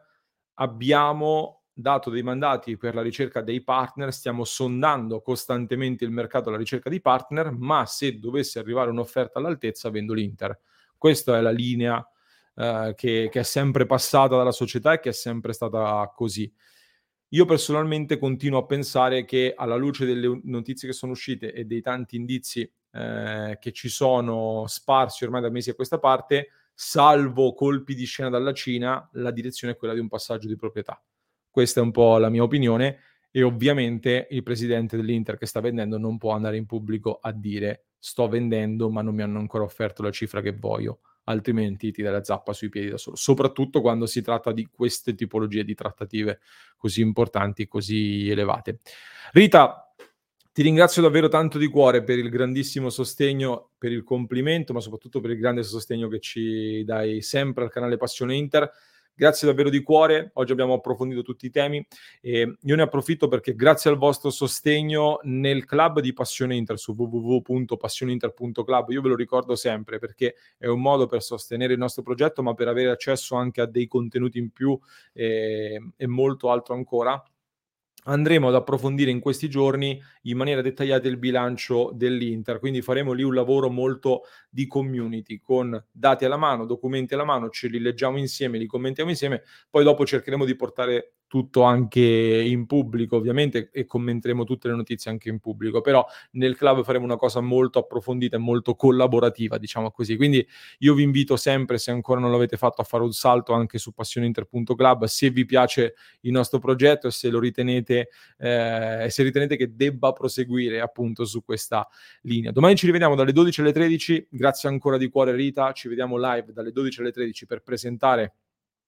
E: abbiamo dato dei mandati per la ricerca dei partner, stiamo sondando costantemente il mercato alla ricerca di partner, ma se dovesse arrivare un'offerta all'altezza vendo l'Inter. Questa è la linea uh, che, che è sempre passata dalla società e che è sempre stata così. Io personalmente continuo a pensare che, alla luce delle notizie che sono uscite e dei tanti indizi eh, che ci sono sparsi ormai da mesi a questa parte, salvo colpi di scena dalla Cina, la direzione è quella di un passaggio di proprietà. Questa è un po' la mia opinione e ovviamente il presidente dell'Inter che sta vendendo non può andare in pubblico a dire sto vendendo ma non mi hanno ancora offerto la cifra che voglio, altrimenti ti dai la zappa sui piedi da solo, soprattutto quando si tratta di queste tipologie di trattative così importanti, così elevate. Rita, ti ringrazio davvero tanto di cuore per il grandissimo sostegno, per il complimento, ma soprattutto per il grande sostegno che ci dai sempre al canale Passione Inter. Grazie davvero di cuore, oggi abbiamo approfondito tutti i temi e io ne approfitto perché grazie al vostro sostegno nel club di Passione Inter su w w w punto passione inter punto club, io ve lo ricordo sempre perché è un modo per sostenere il nostro progetto ma per avere accesso anche a dei contenuti in più e, e molto altro ancora. Andremo ad approfondire in questi giorni in maniera dettagliata il bilancio dell'Inter, quindi faremo lì un lavoro molto di community, con dati alla mano, documenti alla mano, ce li leggiamo insieme, li commentiamo insieme, poi dopo cercheremo di portare tutto anche in pubblico ovviamente e commenteremo tutte le notizie anche in pubblico, però nel club faremo una cosa molto approfondita e molto collaborativa, diciamo così. Quindi io vi invito sempre, se ancora non l'avete fatto, a fare un salto anche su passione inter punto club se vi piace il nostro progetto e se lo ritenete eh, se ritenete che debba proseguire appunto su questa linea. Domani ci rivediamo dalle dodici alle tredici, grazie ancora di cuore Rita, ci vediamo live dalle dodici alle tredici per presentare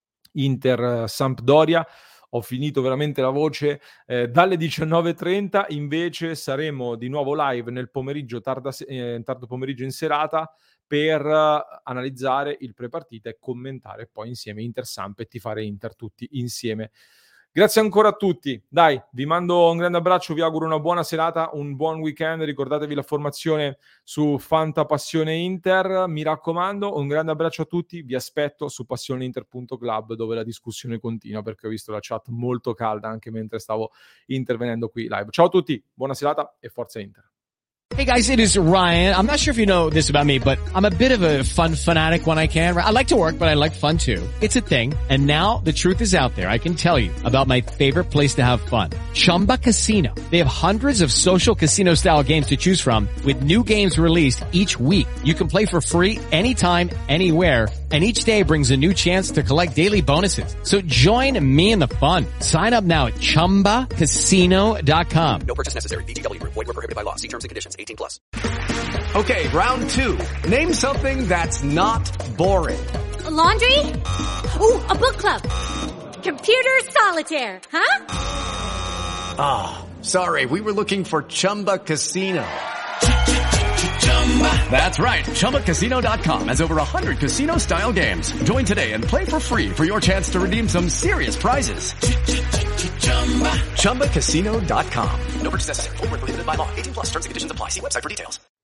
E: Inter Sampdoria. Ho finito veramente la voce. Eh, dalle diciannove e trenta invece saremo di nuovo live nel pomeriggio, tarda, eh, tardo pomeriggio in serata, per uh, analizzare il prepartita e commentare poi insieme Inter Samp e tifare Inter tutti insieme. Grazie ancora a tutti. Dai, vi mando un grande abbraccio, vi auguro una buona serata, un buon weekend. Ricordatevi la formazione su Fanta Passione Inter. Mi raccomando, un grande abbraccio a tutti. Vi aspetto su passione inter punto club dove la discussione continua, perché ho visto la chat molto calda anche mentre stavo intervenendo qui live. Ciao a tutti, buona serata e forza Inter.
A: Hey guys, it is Ryan. I'm not sure if you know this about me, but I'm a bit of a fun fanatic when I can. I like to work, but I like fun too. It's a thing. And now the truth is out there. I can tell you about my favorite place to have fun. Chumba Casino. They have hundreds of social casino style games to choose from with new games released each week. You can play for free anytime, anywhere. And each day brings a new chance to collect daily bonuses. So join me in the fun. Sign up now at chumba casino dot com.
B: No purchase necessary. V G W Group. Void where prohibited by law. See terms and conditions. eighteen plus.
I: Okay, round two. Name something that's not boring.
J: A laundry? Ooh, a book club. Computer solitaire, huh?
I: Ah, oh, sorry, we were looking for Chumba Casino. That's right, Chumba Casino dot com has over one hundred casino-style games. Join today and play for free for your chance to redeem some serious prizes. Chumba Casino dot com.
B: No purchase necessary. Void where prohibited by law. eighteen plus terms and conditions apply. See website for details.